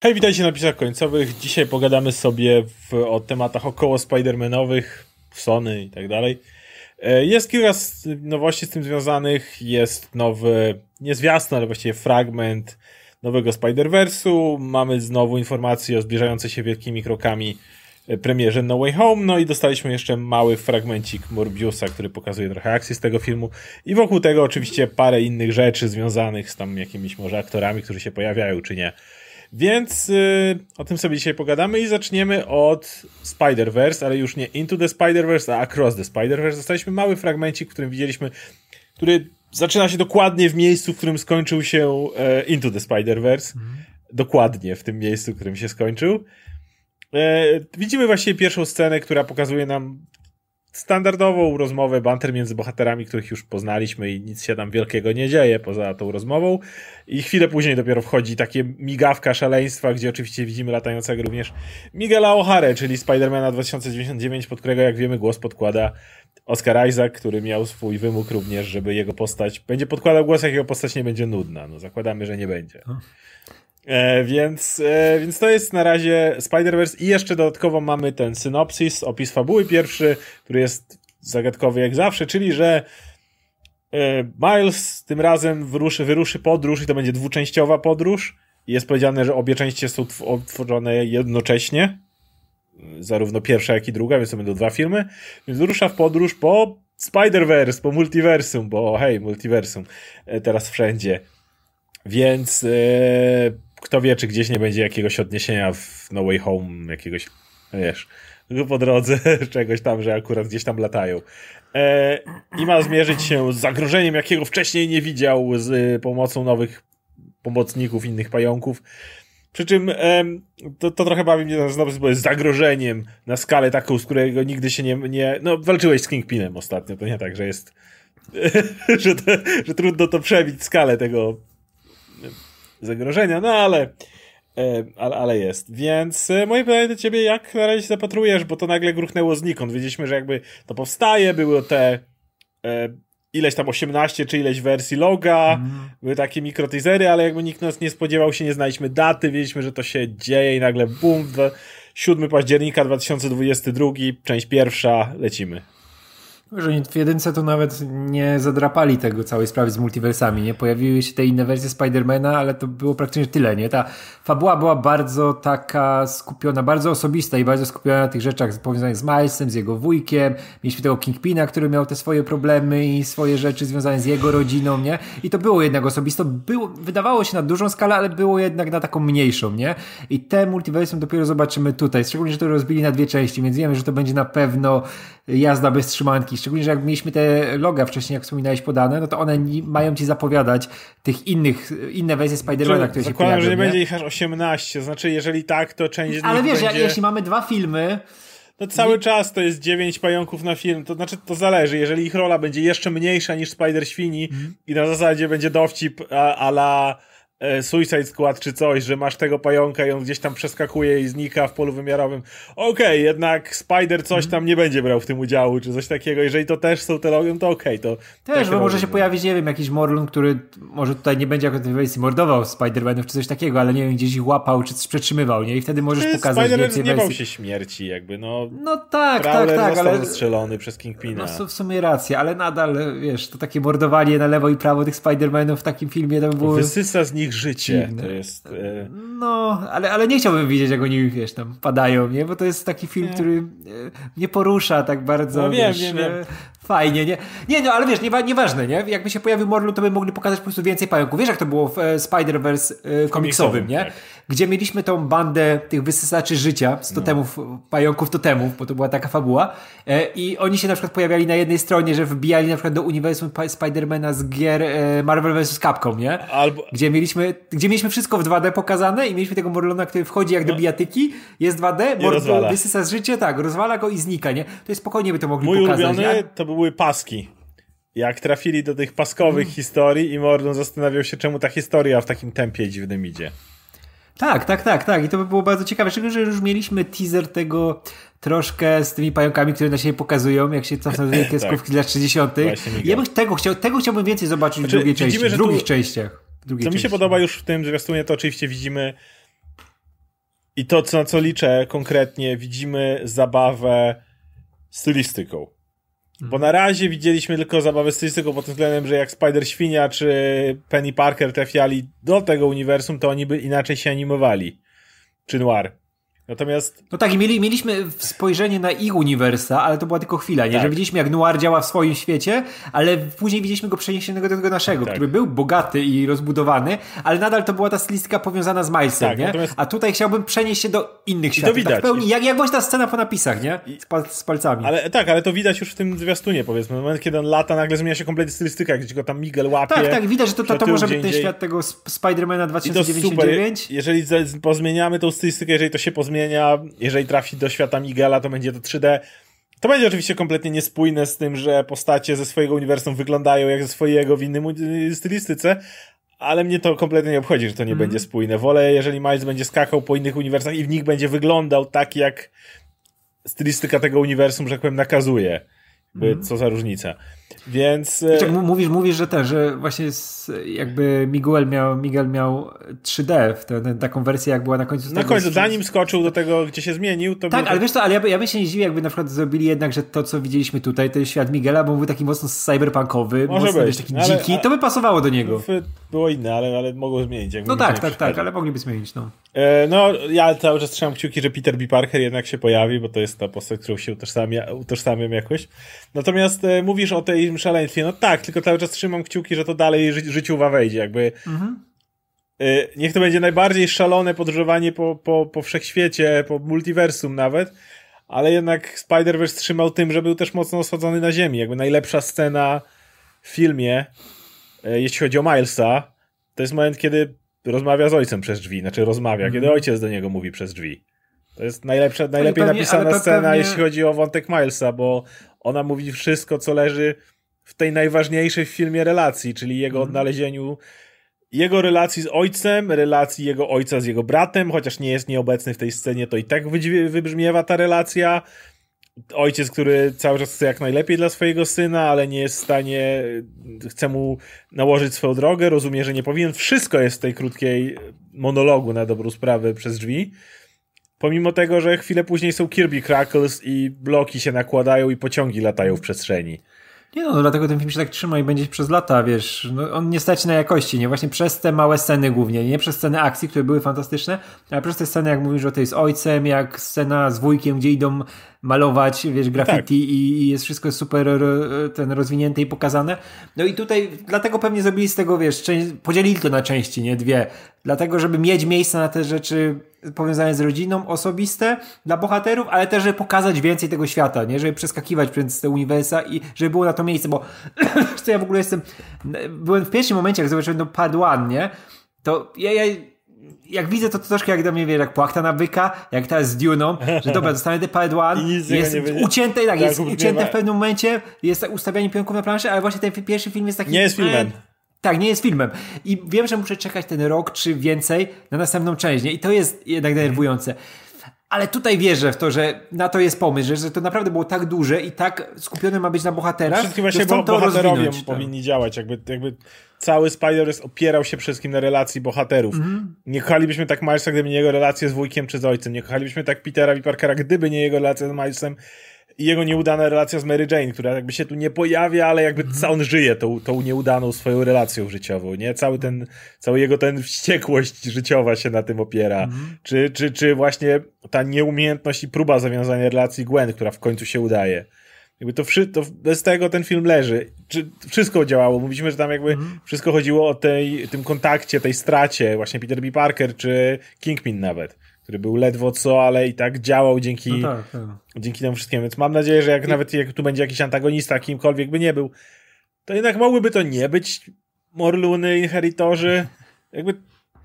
Hej, witajcie na napisach końcowych. Dzisiaj pogadamy sobie o tematach około Spider-Manowych, Sony i tak dalej. Jest kilka nowości z tym związanych. Jest nowy, nie zwiastun, ale właściwie fragment nowego Spider-Verse'u. Mamy znowu informacje o zbliżającej się wielkimi krokami premierze No Way Home. No i dostaliśmy jeszcze mały fragmencik Morbiusa, który pokazuje trochę akcji z tego filmu. I wokół tego oczywiście parę innych rzeczy związanych z tam jakimiś może aktorami, którzy się pojawiają czy nie. Więc o tym sobie dzisiaj pogadamy i zaczniemy od Spider-Verse, ale już nie Into the Spider-Verse, a Across the Spider-Verse. Dostaliśmy mały fragmencik, w którym widzieliśmy, który zaczyna się dokładnie w miejscu, w którym skończył się Into the Spider-Verse. Dokładnie w tym miejscu, w którym się skończył. Widzimy właściwie pierwszą scenę, która pokazuje nam standardową rozmowę, banter między bohaterami, których już poznaliśmy i nic się tam wielkiego nie dzieje poza tą rozmową. I chwilę później dopiero wchodzi takie migawka szaleństwa, gdzie oczywiście widzimy latającego również Miguela O'Hare, czyli Spidermana 2099, pod którego, jak wiemy, głos podkłada Oscar Isaac, który miał swój wymóg również, żeby jego postać będzie podkładał głos, jak jego postać nie będzie nudna. No zakładamy, że nie będzie. Więc to jest na razie Spider-Verse i jeszcze dodatkowo mamy ten synopsis, opis fabuły pierwszy, który jest zagadkowy jak zawsze, czyli że Miles tym razem wyruszy podróż i to będzie dwuczęściowa podróż i jest powiedziane, że obie części są tworzone jednocześnie, zarówno pierwsza jak i druga, więc to będą dwa filmy, więc rusza w podróż po Spider-Verse, po multiversum, bo hej, multiversum teraz wszędzie, więc kto wie, czy gdzieś nie będzie jakiegoś odniesienia w No Way Home, jakiegoś, wiesz, po drodze czegoś tam, że akurat gdzieś tam latają. I ma zmierzyć się z zagrożeniem, jakiego wcześniej nie widział, z pomocą nowych pomocników, innych pająków. Przy czym to trochę bawi mnie znowu, bo jest zagrożeniem na skalę taką, z którego nigdy się nie... No, walczyłeś z Kingpinem ostatnio, to nie tak, że jest... że trudno to przebić skalę tego zagrożenia, no ale jest. Więc moje pytanie do ciebie, jak na razie się zapatrujesz, bo to nagle gruchnęło znikąd. Wiedzieliśmy, że jakby to powstaje, były te ileś tam 18 czy ileś wersji loga, były takie mikroteasery, ale jakby nikt nas nie spodziewał się, nie znaliśmy daty, wiedzieliśmy, że to się dzieje i nagle bum, 7 października 2022, część pierwsza, lecimy. Że oni w jedynce to nawet nie zadrapali tego całej sprawy z multiversami, nie? Pojawiły się te inne wersje Spidermana, ale to było praktycznie tyle, nie? Ta fabuła była bardzo taka skupiona, bardzo osobista i bardzo skupiona na tych rzeczach powiązanych z Milesem, z jego wujkiem. Mieliśmy tego Kingpina, który miał te swoje problemy i swoje rzeczy związane z jego rodziną, nie? I to było jednak osobiste. Wydawało się na dużą skalę, ale było jednak na taką mniejszą, nie? I te multiversum dopiero zobaczymy tutaj. Szczególnie, że to rozbili na dwie części, więc wiemy, że to będzie na pewno jazda bez trzymanki. Szczególnie, że jak mieliśmy te loga wcześniej, jak wspominałeś, podane, no to one mają ci zapowiadać tych inne wersje Spidermana, które się pojawią. Że nie będzie ich aż 18, znaczy jeżeli tak, to część z nich ale wiesz, będzie... jeśli mamy dwa filmy... No cały czas to jest 9 pająków na film, to znaczy to zależy, jeżeli ich rola będzie jeszcze mniejsza niż Spider-Świni i na zasadzie będzie dowcip a la Suicide Squad czy coś, że masz tego pająka i on gdzieś tam przeskakuje i znika w polu wymiarowym. Okej, jednak Spider coś tam nie będzie brał w tym udziału, czy coś takiego. Jeżeli to też są te logi, to okej, to... Też, bo może się pojawić, nie wiem, jakiś Morlun, który może tutaj nie będzie jako tej wersji mordował Spider-Manów, czy coś takiego, ale nie wiem, gdzieś ich łapał, czy przetrzymywał, nie? I wtedy możesz pokazać więcej wersji. Nie bał się śmierci, jakby, no... No tak, został ale... zastrzelony przez Kingpina. No w sumie racja, ale nadal, wiesz, to takie mordowanie na lewo i prawo tych Spider-Manów w takim filmie, to było... Wysysa z nich życie. To jest... No, ale nie chciałbym widzieć, jak oni, wiesz, tam padają, nie? Bo to jest taki film, który mnie porusza tak bardzo, no wiem. Fajnie, nie? Nie, no, ale wiesz, nieważne, nie? Jakby się pojawił Morlun, to by mogli pokazać po prostu więcej pająków. Wiesz, jak to było w Spider-Verse komiksowym, nie? Tak. Gdzie mieliśmy tą bandę tych wysysaczy życia z totemów, pająków totemów, bo to była taka fabuła. I oni się na przykład pojawiali na jednej stronie, że wbijali na przykład do uniwersum Spidermana z gier Marvel vs. Capcom, nie? Gdzie mieliśmy wszystko w 2D pokazane i mieliśmy tego Morluna, który wchodzi jak do bijatyki, jest 2D, Morlun wysysa z życia, tak, rozwala go i znika, nie? To jest spokojnie by to mogli pokazać. Mój ulubiony to były paski. Jak trafili do tych paskowych historii i Morlun zastanawiał się, czemu ta historia w takim tempie dziwnym idzie. Tak. I to by było bardzo ciekawe. Szczególnie, że już mieliśmy teaser tego troszkę z tymi pająkami, które na siebie pokazują, jak się cofną do tej kreskówki lat 60. Ja bym tego chciałbym więcej zobaczyć w drugiej części, w drugich częściach. Co mi się podoba już w tym zwiastunie, to oczywiście widzimy I to, na co liczę konkretnie, widzimy zabawę stylistyką. Bo na razie widzieliśmy tylko zabawę stylistyką pod tym względem, że jak Spider-Świnia czy Penny Parker trafiali do tego uniwersum, to oni by inaczej się animowali. Czy Noir. Natomiast... No tak, i mieliśmy spojrzenie na ich uniwersa, ale to była tylko chwila, nie? Tak. Że widzieliśmy, jak Noir działa w swoim świecie, ale później widzieliśmy go przeniesionego do tego naszego, tak. który był bogaty i rozbudowany, ale nadal to była ta stylistyka powiązana z Milesem, tak, nie? natomiast... A tutaj chciałbym przenieść się do innych światów. To widać. Tak w pełni, jak właśnie ta scena po napisach, nie? Z palcami. Ale to widać już w tym zwiastunie, powiedzmy. W momencie, kiedy on lata, nagle zmienia się kompletnie stylistyka, gdzie go tam Miguel łapie. Tak, widać, że to może być ten świat tego Spidermana 2099. Jeżeli pozmieniamy tą stylistykę, jeżeli to się pozmienia, jeżeli trafi do świata Miguela, to będzie to 3D. To będzie oczywiście kompletnie niespójne z tym, że postacie ze swojego uniwersum wyglądają jak ze swojego w innym stylistyce, ale mnie to kompletnie nie obchodzi, że to nie będzie spójne. Wolę, jeżeli Miles będzie skakał po innych uniwersach i w nich będzie wyglądał tak, jak stylistyka tego uniwersum, że tak powiem, nakazuje. Co za różnica. Więc... Mówisz, że właśnie jakby Miguel miał 3D, taką wersję, jak była na końcu. Na końcu, zanim skoczył do tego, gdzie się zmienił, to... Tak, ale wiesz co, ale ja bym się nie dziwił, jakby na przykład zrobili jednak, że to, co widzieliśmy tutaj, to jest świat Miguela, bo był taki mocno cyberpunkowy, mocno wiesz, taki dziki, to by pasowało do niego. Było inne, ale mogło zmienić. No tak, ale mogliby zmienić, no. Ja cały czas trzymam kciuki, że Peter B. Parker jednak się pojawi, bo to jest ta postać, którą się utożsamiam jakoś. Natomiast mówisz o tej szaleństwie, no tak, tylko cały czas trzymam kciuki, że to dalej życiowa wejdzie, jakby. Niech to będzie najbardziej szalone podróżowanie po wszechświecie, po multiversum nawet, ale jednak Spider-Verse trzymał tym, że był też mocno osadzony na ziemi. Jakby najlepsza scena w filmie, jeśli chodzi o Milesa, to jest moment, kiedy rozmawia z ojcem przez drzwi, kiedy ojciec do niego mówi przez drzwi. To jest najlepiej napisana scena, jeśli chodzi o wątek Milesa, bo ona mówi wszystko, co leży w tej najważniejszej w filmie relacji, czyli jego odnalezieniu, jego relacji z ojcem, relacji jego ojca z jego bratem, chociaż nie jest nieobecny w tej scenie, to i tak wybrzmiewa ta relacja. Ojciec, który cały czas chce jak najlepiej dla swojego syna, ale nie jest w stanie, chce mu nałożyć swoją drogę, rozumie, że nie powinien. Wszystko jest w tej krótkiej monologu na dobrą sprawę przez drzwi. Pomimo tego, że chwilę później są Kirby Crackles i bloki się nakładają i pociągi latają w przestrzeni. Nie no, dlatego ten film się tak trzyma i będzie przez lata, wiesz, no, on nie stać na jakości, nie? Właśnie przez te małe sceny głównie, nie przez sceny akcji, które były fantastyczne, ale przez te sceny, jak mówisz, że to jest ojcem, jak scena z wujkiem, gdzie idą malować, wiesz, graffiti i jest wszystko super rozwinięte i pokazane. No i tutaj, dlatego pewnie zrobili z tego, wiesz, podzielili to na części, nie? 2. Dlatego, żeby mieć miejsce na te rzeczy powiązane z rodziną, osobiste dla bohaterów, ale też, żeby pokazać więcej tego świata, nie? Żeby przeskakiwać przez te uniwersa i żeby było na to miejsce, bo co ja w ogóle byłem w pierwszym momencie, jak zobaczyłem to Part 1, nie? To ja jak widzę to troszkę jak do mnie, wiesz, jak Płachta na byka, jak teraz z Duną, że dobra, dostanę te Part 1, jest ucięte, jest ucięte w pewnym momencie, jest ustawianie pionków na planszy, ale właśnie ten pierwszy film jest taki... Nie jest filmem. Tak, nie jest filmem. I wiem, że muszę czekać ten rok czy więcej na następną część, nie? I to jest jednak denerwujące. Ale tutaj wierzę w to, że na to jest pomysł, że to naprawdę było tak duże i tak skupione ma być na bohaterach. Wszystkim właśnie bohaterowie powinni działać. Jakby cały Spider-Verse opierał się przede wszystkim na relacji bohaterów. Nie kochalibyśmy tak Milesa, gdyby nie jego relacje z wujkiem czy z ojcem. Nie kochalibyśmy tak Petera i Parkera, gdyby nie jego relacja z Milesem i jego nieudana relacja z Mary Jane, która jakby się tu nie pojawia, ale jakby on żyje tą nieudaną swoją relacją życiową, nie? Cały jego wściekłość życiowa się na tym opiera. Czy właśnie ta nieumiejętność i próba zawiązania relacji Gwen, która w końcu się udaje. Jakby to bez tego ten film leży. Wszystko działało. Mówiliśmy, że tam jakby wszystko chodziło o tym kontakcie, tej stracie, właśnie Peter B. Parker, czy Kingpin nawet, który był ledwo co, ale i tak działał dzięki temu wszystkiemu. Więc mam nadzieję, że jak tu będzie jakiś antagonista, kimkolwiek by nie był, to jednak mogłyby to nie być Morluny, Inheritorzy. Jakby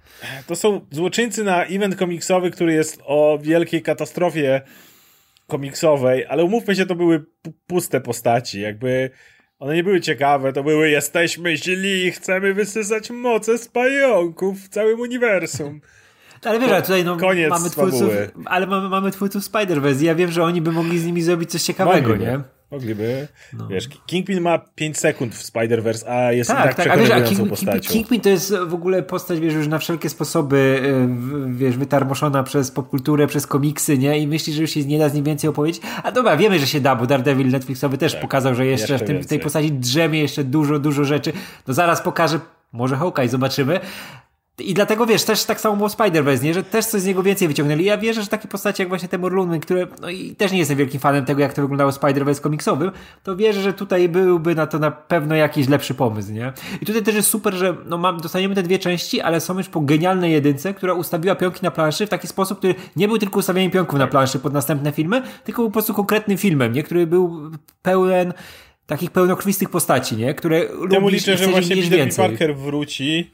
to są złoczyńcy na event komiksowy, który jest o wielkiej katastrofie komiksowej, ale umówmy się, to były puste postaci. Jakby one nie były ciekawe, to były jesteśmy źli, chcemy wysysać moce z pająków w całym uniwersum. Ale wiesz, tutaj mamy twórców, ale mamy twórców Spider-Verse. Ja wiem, że oni by mogli z nimi zrobić coś ciekawego, nie? Mogliby. No. Wiesz, Kingpin ma 5 sekund w Spider-Verse, a jest tak, przekonującą postacią. Kingpin to jest w ogóle postać, wiesz, już na wszelkie sposoby, wiesz, wytarmoszona przez popkulturę, przez komiksy, nie? I myśli, że już się nie da z nim więcej opowiedzieć. A dobra, wiemy, że się da, bo Daredevil Netflixowy też pokazał, że jeszcze w tej postaci drzemie jeszcze dużo rzeczy. No zaraz pokaże, może Hawkeye, zobaczymy. I dlatego, wiesz, też tak samo było Spider-Verse, nie? Że też coś z niego więcej wyciągnęli. Ja wierzę, że takie postacie jak właśnie Temur Lunny, które, no i też nie jestem wielkim fanem tego, jak to wyglądało Spider-Verse komiksowym, to wierzę, że tutaj byłby na to na pewno jakiś lepszy pomysł, nie? I tutaj też jest super, że dostaniemy te 2 części, ale są już po genialnej jedynce, która ustawiła pionki na planszy w taki sposób, który nie był tylko ustawieniem pionków na planszy pod następne filmy, tylko był po prostu konkretnym filmem, nie? Który był pełen takich pełnokrwistych postaci, nie? Które lubisz liczę, że właśnie Peter Parker wróci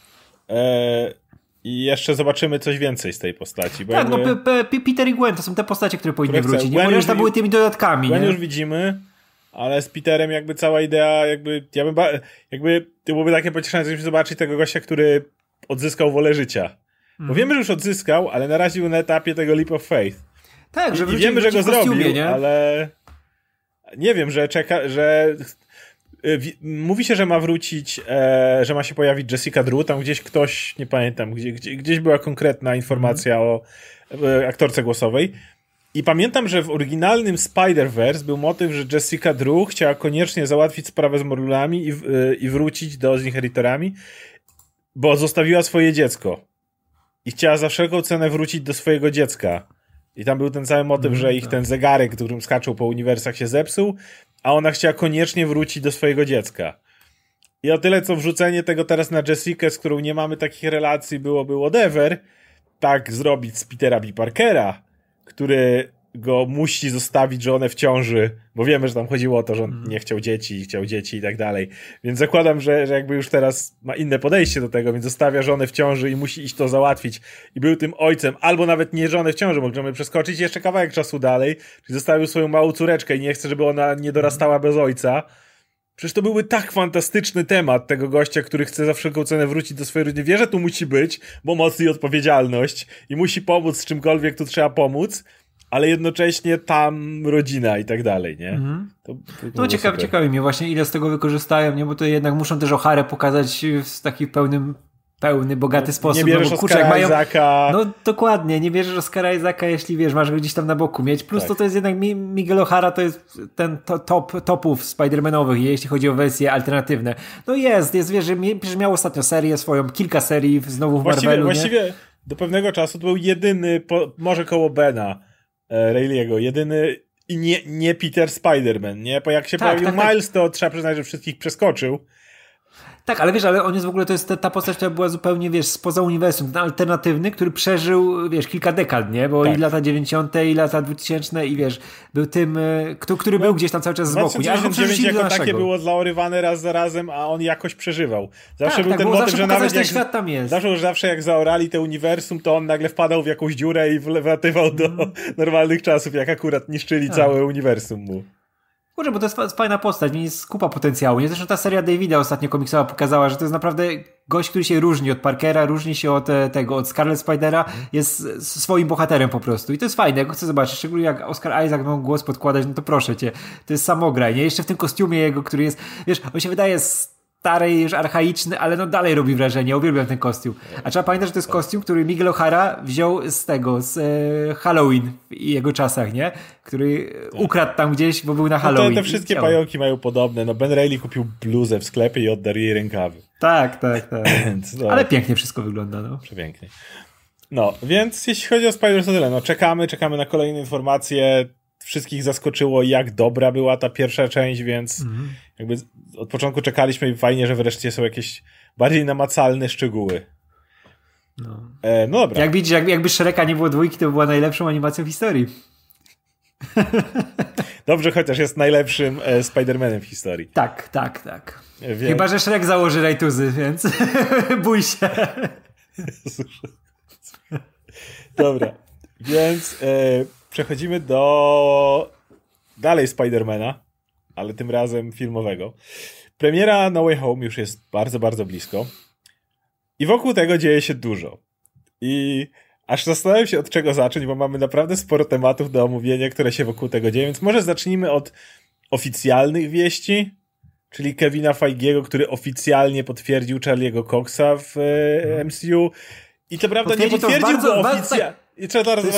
i jeszcze zobaczymy coś więcej z tej postaci. Bo tak, Peter i Gwen to są te postacie, które powinny wrócić. Nie? Bo reszta były tymi dodatkami. Gwen już widzimy, ale z Peterem jakby cała idea, to byłoby takie pocieszenie, żeby zobaczyć tego gościa, który odzyskał wolę życia. Bo wiemy, że już odzyskał, ale na razie był na etapie tego leap of faith. Tak, że i wiemy, że go zrobił, nie? Ale nie wiem, że mówi się, że ma wrócić, że ma się pojawić Jessica Drew, tam gdzieś ktoś, nie pamiętam, gdzieś była konkretna informacja o aktorce głosowej. I pamiętam, że w oryginalnym Spider-Verse był motyw, że Jessica Drew chciała koniecznie załatwić sprawę z Morlunami i wrócić z inheritorami, bo zostawiła swoje dziecko. I chciała za wszelką cenę wrócić do swojego dziecka. I tam był ten cały motyw, że ich ten zegarek, którym skaczą po uniwersach, się zepsuł, a ona chciała koniecznie wrócić do swojego dziecka. I o tyle, co wrzucenie tego teraz na Jessicę, z którą nie mamy takich relacji, byłoby whatever, tak zrobić z Petera B. Parkera, który go musi zostawić żonę w ciąży, bo wiemy, że tam chodziło o to, że on nie chciał dzieci i tak dalej. Więc zakładam, że jakby już teraz ma inne podejście do tego, więc zostawia żonę w ciąży i musi iść to załatwić. I był tym ojcem, albo nawet nie żonę w ciąży, możemy przeskoczyć jeszcze kawałek czasu dalej, czyli zostawił swoją małą córeczkę i nie chce, żeby ona nie dorastała bez ojca. Przecież to byłby tak fantastyczny temat tego gościa, który chce za wszelką cenę wrócić do swojej rodziny. Wie, że tu musi być, bo moc i odpowiedzialność i musi pomóc z czymkolwiek tu trzeba pomóc, ale jednocześnie tam rodzina i tak dalej, nie? No ciekawi mnie właśnie, ile z tego wykorzystają, nie? Bo to jednak muszą też O'Harę pokazać w taki pełny, bogaty sposób. Nie bierzesz Oscara Isaaca. No dokładnie, nie bierzesz Oscara Isaaca, jeśli wiesz, masz go gdzieś tam na boku mieć. Plus to jest jednak Miguel O'Hara, to jest ten topów Spider-Manowych, jeśli chodzi o wersje alternatywne. No jest, wiesz, że miał ostatnio serię swoją, kilka serii znowu w Marvelu. Właściwie do pewnego czasu to był jedyny, może koło Bena Reilly'ego, jedyny i nie Peter Spider-Man, nie? Bo jak się pojawił Miles, to trzeba przyznać, że wszystkich przeskoczył. Tak, ale wiesz, ale on jest w ogóle, to jest ta postać, która była zupełnie, wiesz, spoza uniwersum, ten alternatywny, który przeżył, wiesz, kilka dekad, nie? Bo i lata 90. i lata 2000 i wiesz, był tym, który był gdzieś tam cały czas z boku. 2099 jako takie było zaorywane raz za razem, a on jakoś przeżywał. Zawsze był ten motyw, że nawet jak świat tam jest. Zawsze jak zaorali te uniwersum, to on nagle wpadał w jakąś dziurę i wlatywał do normalnych czasów, jak akurat niszczyli całe uniwersum mu. Kurczę, bo to jest fajna postać, jest kupa potencjału. Nie? Zresztą ta seria Davida ostatnio komiksowa pokazała, że to jest naprawdę gość, który się różni od Parkera, różni się od Scarlet Spidera, jest swoim bohaterem po prostu. I to jest fajne, ja go chcę zobaczyć. Szczególnie jak Oscar Isaac ma głos podkładać, no to proszę cię, to jest samograj, nie? Jeszcze w tym kostiumie jego, który jest, wiesz, on się wydaje stary, już archaiczny, ale no dalej robi wrażenie. Uwielbiam ten kostium. A trzeba pamiętać, że to jest kostium, który Miguel O'Hara wziął z Halloween w jego czasach, nie? Który ukradł tam gdzieś, bo był na Halloween. Te wszystkie pająki mają podobne. No Ben Reilly kupił bluzę w sklepie i oddarł jej rękawy. Tak. Ale pięknie wszystko wygląda, no. Przepięknie. No, więc jeśli chodzi o Spider-Man, to tyle. No, czekamy na kolejne informacje. Wszystkich zaskoczyło, jak dobra była ta pierwsza część, więc jakby od początku czekaliśmy i fajnie, że wreszcie są jakieś bardziej namacalne szczegóły. No dobra. Jak widzisz, jakby Shreka nie było 2, to była najlepszą animacją w historii. Dobrze, chociaż jest najlepszym Spider-Manem w historii. Tak. Chyba, że Shrek założy rajtuzy, więc bój się. Dobra, więc przechodzimy do dalej Spider-Mana, ale tym razem filmowego. Premiera No Way Home już jest bardzo, bardzo blisko i wokół tego dzieje się dużo. I aż zastanawiam się, od czego zacząć, bo mamy naprawdę sporo tematów do omówienia, które się wokół tego dzieją, więc może zacznijmy od oficjalnych wieści, czyli Kevina Feigiego, który oficjalnie potwierdził Charlie'ego Coxa w MCU. I to prawda nie potwierdził go oficjalnie. I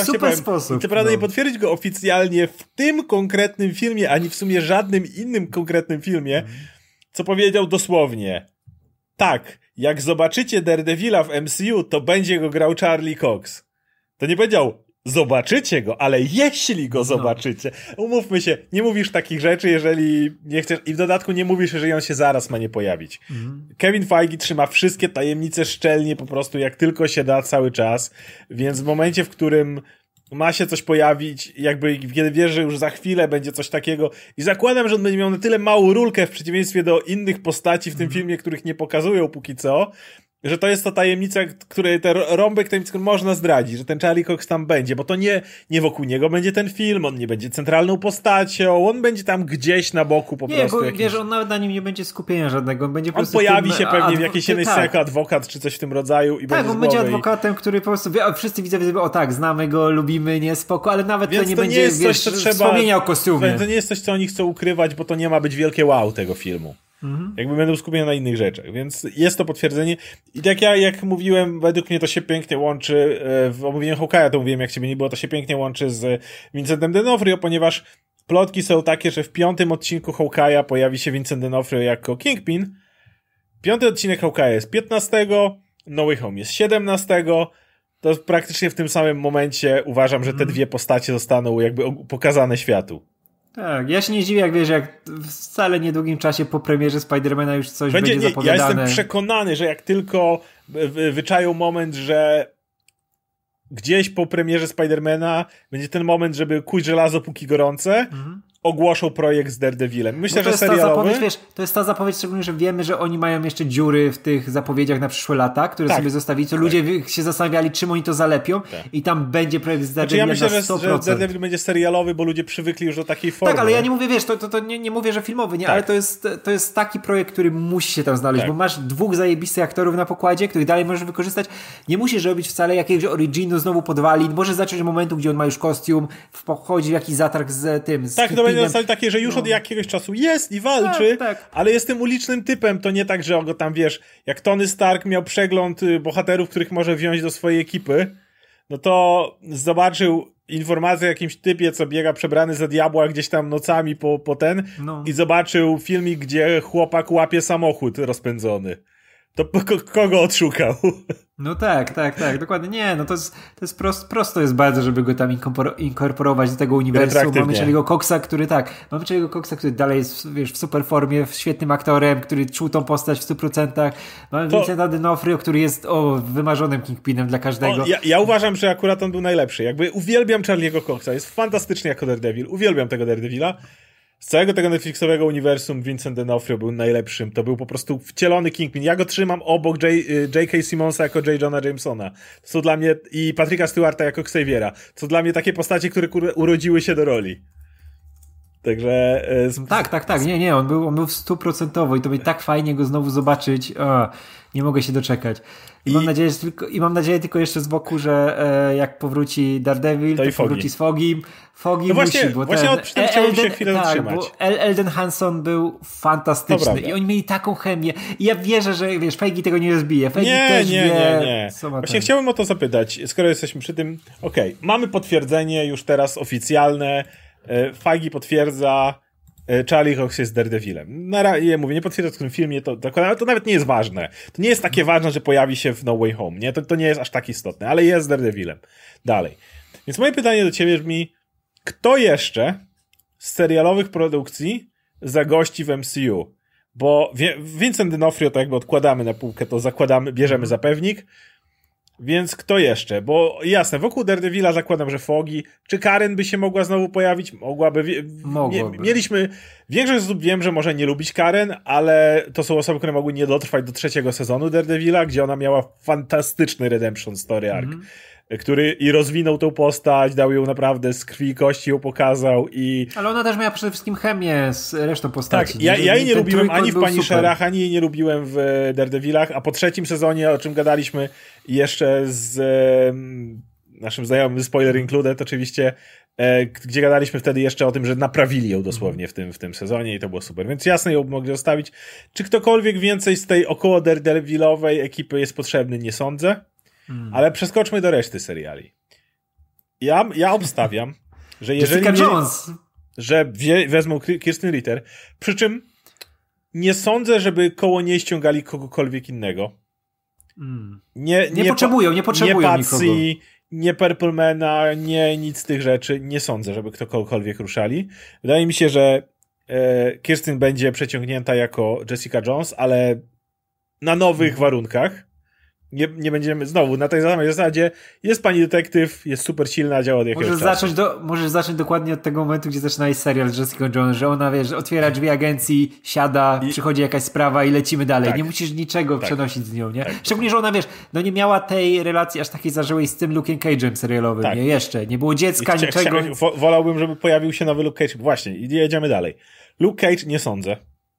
to prawda nie potwierdzić go oficjalnie w tym konkretnym filmie, ani w sumie żadnym innym konkretnym filmie, co powiedział dosłownie. Tak, jak zobaczycie Daredevila w MCU, to będzie go grał Charlie Cox. To nie powiedział zobaczycie go, ale jeśli go zobaczycie. Umówmy się, nie mówisz takich rzeczy, jeżeli nie chcesz, i w dodatku nie mówisz, jeżeli on się zaraz ma nie pojawić. Kevin Feige trzyma wszystkie tajemnice szczelnie po prostu jak tylko się da cały czas, więc w momencie, w którym ma się coś pojawić, jakby kiedy wiesz, że już za chwilę będzie coś takiego i zakładam, że on będzie miał na tyle małą rulkę w przeciwieństwie do innych postaci w tym filmie, których nie pokazują póki co, że to jest ta tajemnica, której ten rąbek tajemnicy, który można zdradzić, że ten Charlie Cox tam będzie, bo to nie wokół niego będzie ten film, on nie będzie centralną postacią, on będzie tam gdzieś na boku po prostu. Nie, bo wiesz, on nawet na nim nie będzie skupienia żadnego, on będzie po prostu pojawi się pewnie w jakiejś jednej scenie jako adwokat, czy coś w tym rodzaju i tak, on będzie adwokatem, który po prostu wszyscy widzowie o tak, znamy go, lubimy, nie, spoko, ale nawet to nie będzie, jest coś, co trzeba, wspomnienia o kostiumie. To nie jest coś, co oni chcą ukrywać, bo to nie ma być wielkie wow tego filmu. Jakby będą skupieni na innych rzeczach, więc jest to potwierdzenie i tak jak mówiłem, według mnie to się pięknie łączy, w omówieniu Hawkeye'a to mówiłem, jak ciebie nie było, to się pięknie łączy z Vincentem D'Onofrio, ponieważ plotki są takie, że w 5. odcinku Hawkeye'a pojawi się Vincent D'Onofrio jako Kingpin. 5. odcinek Hawkeye'a jest 15, No Way Home jest 17, to praktycznie w tym samym momencie uważam, że te dwie postacie zostaną jakby pokazane światu. Tak, ja się nie dziwię, jak wiesz, jak w wcale niedługim czasie po premierze Spidermana już coś będzie zapowiadane. Ja jestem przekonany, że jak tylko wyczają moment, że gdzieś po premierze Spidermana będzie ten moment, żeby kuć żelazo póki gorące, ogłoszą projekt z Daredevilem. Myślę, że serialowy. To jest ta zapowiedź, szczególnie, że wiemy, że oni mają jeszcze dziury w tych zapowiedziach na przyszłe lata, które sobie zostawili, co ludzie się zastanawiali, czym oni to zalepią i tam będzie projekt z Daredevilem ja myślę, że Daredevil będzie serialowy, bo ludzie przywykli już do takiej formy. Tak, ale ja nie mówię, wiesz, to nie mówię, że filmowy, nie, ale to jest taki projekt, który musi się tam znaleźć, bo masz 2 zajebistych aktorów na pokładzie, których dalej możesz wykorzystać. Nie musisz robić wcale jakiegoś originu znowu podwalin, możesz zacząć od momentu, gdzie on ma już kostium, wchodzi w jakiś zatarg z tym. Tak, to będzie na zasadzie takie, że już od jakiegoś czasu jest i walczy, ale jest tym ulicznym typem. To nie tak, że go tam, wiesz, jak Tony Stark miał przegląd bohaterów, których może wziąć do swojej ekipy, no to zobaczył informację o jakimś typie, co biega przebrany za diabła gdzieś tam nocami po i zobaczył filmik, gdzie chłopak łapie samochód rozpędzony. To kogo odszukał? No tak, dokładnie. Nie, no to jest prosto jest bardzo, żeby go tam inkorporować do tego uniwersum. Mamy Charlie'ego Coxa, który dalej jest, wiesz, w super formie, świetnym aktorem, który czuł tą postać w 100%. Mamy Vincenta D'Onofrio, który jest wymarzonym Kingpinem dla każdego. Ja uważam, że akurat on był najlepszy. Jakby uwielbiam Charlie'ego Coxa, jest fantastyczny jako Daredevil. Uwielbiam tego Daredevila. Z całego tego Netflixowego uniwersum Vincent D'Onofrio był najlepszym. To był po prostu wcielony Kingpin. Ja go trzymam obok J.K. Simmonsa jako J. Jonah Jamesona. To są dla mnie i Patricka Stewarta jako Xaviera. To są dla mnie takie postacie, które urodziły się do roli. Także... Tak. Nie, on był 100% i to by tak fajnie go znowu zobaczyć. Nie mogę się doczekać. Mam nadzieję tylko jeszcze z boku, że jak powróci Daredevil, to powróci z Fogim. Fogi musi, bo właśnie od tym chciałbym się chwilę zatrzymać. Bo Eldon Hanson był fantastyczny i oni mieli taką chemię. I ja wierzę, że wiesz, Feige tego nie rozbije. Nie. Właśnie chciałbym o to zapytać, skoro jesteśmy przy tym. Okej, mamy potwierdzenie już teraz oficjalne. Feige potwierdza, Charlie Cox jest Daredevilem. Ja mówię, nie potwierdzę w tym filmie, to nawet nie jest ważne. To nie jest takie ważne, że pojawi się w No Way Home, nie? To nie jest aż tak istotne, ale jest Daredevilem. Dalej. Więc moje pytanie do ciebie brzmi, kto jeszcze z serialowych produkcji zagości w MCU? Bo Vincent D'Onofrio to jakby odkładamy na półkę, to bierzemy za pewnik. Więc kto jeszcze? Bo jasne, wokół Daredevila zakładam, że Foggy. Czy Karen by się mogła znowu pojawić? Mogłaby. Mieliśmy... Większość osób wiem, że może nie lubić Karen, ale to są osoby, które mogły nie dotrwać do 3. sezonu Daredevila, gdzie ona miała fantastyczny redemption story arc. Który i rozwinął tą postać, dał ją naprawdę z krwi i kości, ją pokazał Ale ona też miała przede wszystkim chemię z resztą postaci. Tak, ja jej nie lubiłem ani w Punisherach, ani jej nie lubiłem w Daredevilach, a po 3. sezonie, o czym gadaliśmy jeszcze z naszym znajomym Spoiler Included oczywiście, gdzie gadaliśmy wtedy jeszcze o tym, że naprawili ją dosłownie w tym sezonie i to było super, więc jasne ją mogli zostawić. Czy ktokolwiek więcej z tej około Daredevilowej ekipy jest potrzebny? Nie sądzę, ale przeskoczmy do reszty seriali. Ja obstawiam, że jeżeli wezmą Kirsten Ritter, przy czym nie sądzę, żeby koło niej ściągali kogokolwiek innego. Nie potrzebują Patsy, nie Purplemana, nie nic z tych rzeczy. Nie sądzę, żeby ktokolwiek ruszali. Wydaje mi się, że Kirsten będzie przeciągnięta jako Jessica Jones, ale na nowych warunkach. Nie będziemy znowu na tej samej zasadzie. Jest pani detektyw, jest super silna, działa od jakiegoś czasu. Możesz zacząć dokładnie od tego momentu, gdzie zaczyna serial z Jessica Jones, że ona, wiesz, otwiera drzwi agencji, siada, przychodzi jakaś sprawa i lecimy dalej. Tak. Nie musisz niczego przenosić z nią, nie? Tak. Szczególnie, że ona, wiesz, no nie miała tej relacji aż takiej zażyłej z tym Luke'em Cage'em serialowym, nie? Jeszcze. Nie było dziecka, niczego. Wolałbym, żeby pojawił się nowy Luke Cage. Właśnie, i jedziemy dalej. Luke Cage nie sądzę.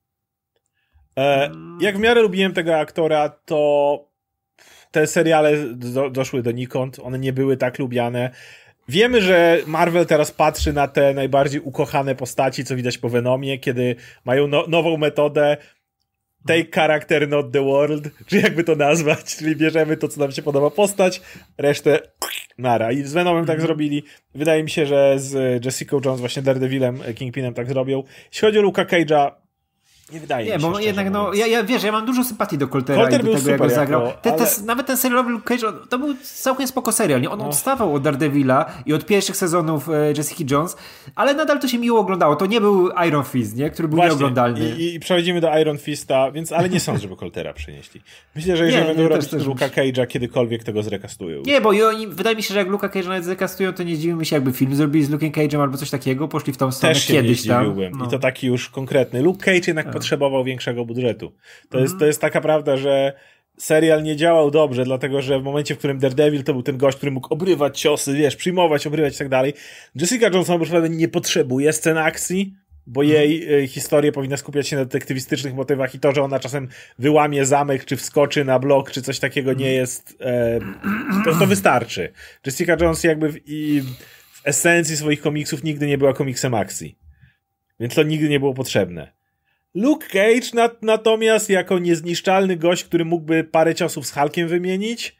Jak w miarę lubiłem tego aktora, to te seriale doszły donikąd, one nie były tak lubiane. Wiemy, że Marvel teraz patrzy na te najbardziej ukochane postaci, co widać po Venomie, kiedy mają nową metodę take character not the world, czy jakby to nazwać, czyli bierzemy to, co nam się podoba postać, resztę nara. I z Venomem tak zrobili. Wydaje mi się, że z Jessica Jones, właśnie Daredevilem, Kingpinem tak zrobią. Jeśli chodzi o Luke'a Cage'a, nie wydaje mi się. Nie, bo jednak, no, ja mam dużo sympatii do Coltera i do tego, jak go zagrał. Nawet ten serialowy Luke Cage, to był całkiem spoko serial. Nie? On odstawał od Daredevila i od pierwszych sezonów Jessica Jones, ale nadal to się miło oglądało. To nie był Iron Fist, nie? Który był nieoglądalny. I przechodzimy do Iron Fista, więc, ale nie sądzę, żeby Coltera przenieśli. Myślę, że jeżeli będą robić Luke'a Cage'a kiedykolwiek, to go zrekastują. Nie, bo wydaje mi się, że jak Luke'a Cage'a nawet zrekastują, to nie zdziwimy się, jakby film zrobili z Luke'em Cage'em albo coś takiego, poszli w tą stronę kiedyś tam. No. I to taki już konkretny. Luke Cage jednak potrzebował większego budżetu. To jest taka prawda, że serial nie działał dobrze, dlatego że w momencie, w którym Daredevil to był ten gość, który mógł obrywać ciosy, wiesz, przyjmować, obrywać i tak dalej. Jessica Jones nie potrzebuje scen akcji, bo jej historia powinna skupiać się na detektywistycznych motywach i to, że ona czasem wyłamie zamek, czy wskoczy na blok, czy coś takiego nie jest... to wystarczy. Jessica Jones jakby w esencji swoich komiksów nigdy nie była komiksem akcji. Więc to nigdy nie było potrzebne. Luke Cage natomiast jako niezniszczalny gość, który mógłby parę ciosów z Hulkiem wymienić,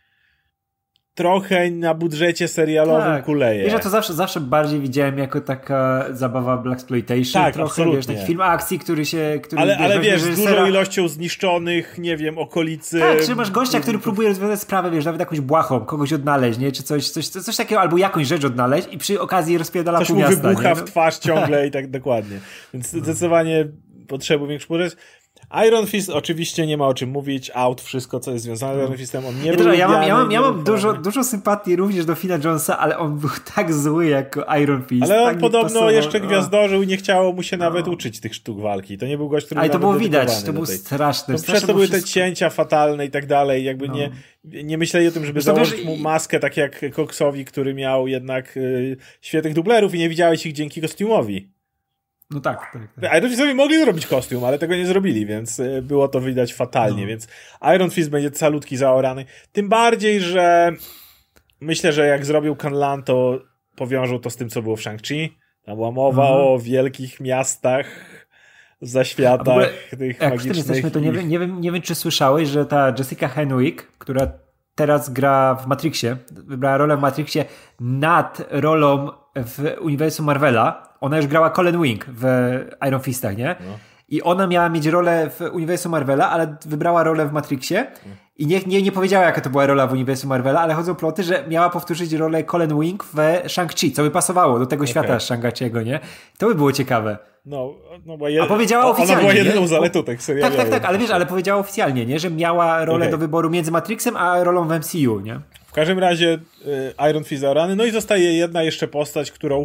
trochę na budżecie serialowym kuleje. Wiesz, ja to zawsze bardziej widziałem jako taka zabawa blaxploitation. Tak, trochę, absolutnie. Wiesz, taki film akcji, który ale wiesz, z dużą ilością zniszczonych, nie wiem, okolicy... Tak, czy masz gościa, który próbuje rozwiązać sprawę, wiesz, nawet jakąś błahą, kogoś odnaleźć, nie? Czy coś takiego, albo jakąś rzecz odnaleźć i przy okazji rozpierdala pół miasta. Coś mu wybucha w twarz ciągle i tak dokładnie. Więc zdecydowanie potrzebuje większy budżet. Iron Fist oczywiście nie ma o czym mówić, wszystko co jest związane z Iron Fistem, on nie był ja mam dużo sympatii również do Fina Jonesa, ale on był tak zły jako Iron Fist. Ale on podobno jeszcze gwiazdorzył i nie chciało mu się nawet uczyć tych sztuk walki. To nie był gość, który... Ale to było widać, to był straszny. Przez to były te cięcia fatalne i tak dalej, jakby nie myśleli o tym, żeby założyć mu maskę, tak jak Coxowi, który miał jednak świetnych dublerów i nie widziałeś ich dzięki kostiumowi. No tak. Iron Fistowi mogli zrobić kostium, ale tego nie zrobili, więc było to widać fatalnie, więc Iron Fist będzie calutki zaorany. Tym bardziej, że myślę, że jak zrobił Canlan, to powiążą to z tym, co było w Shang-Chi. Tam była mowa o wielkich miastach, zaświatach tych jak magicznych. Jesteśmy, to nie wiem, czy słyszałeś, że ta Jessica Henwick, która teraz gra w Matrixie, wybrała rolę w Matrixie nad rolą w uniwersum Marvela. Ona już grała Colleen Wing w Iron Fistach, nie? No. I ona miała mieć rolę w uniwersum Marvela, ale wybrała rolę w Matrixie i nie powiedziała, jaka to była rola w uniwersum Marvela, ale chodzą ploty, że miała powtórzyć rolę Colleen Wing w Shang-Chi, co by pasowało do tego świata Shang-Chi'ego, nie? To by było ciekawe. A powiedziała oficjalnie. Ona była jedyną zaletą tych seriali. Tak, ale powiedziała oficjalnie, nie? Że miała rolę do wyboru między Matrixem a rolą w MCU, nie? W każdym razie Iron Fist zaorany. No i zostaje jedna jeszcze postać, którą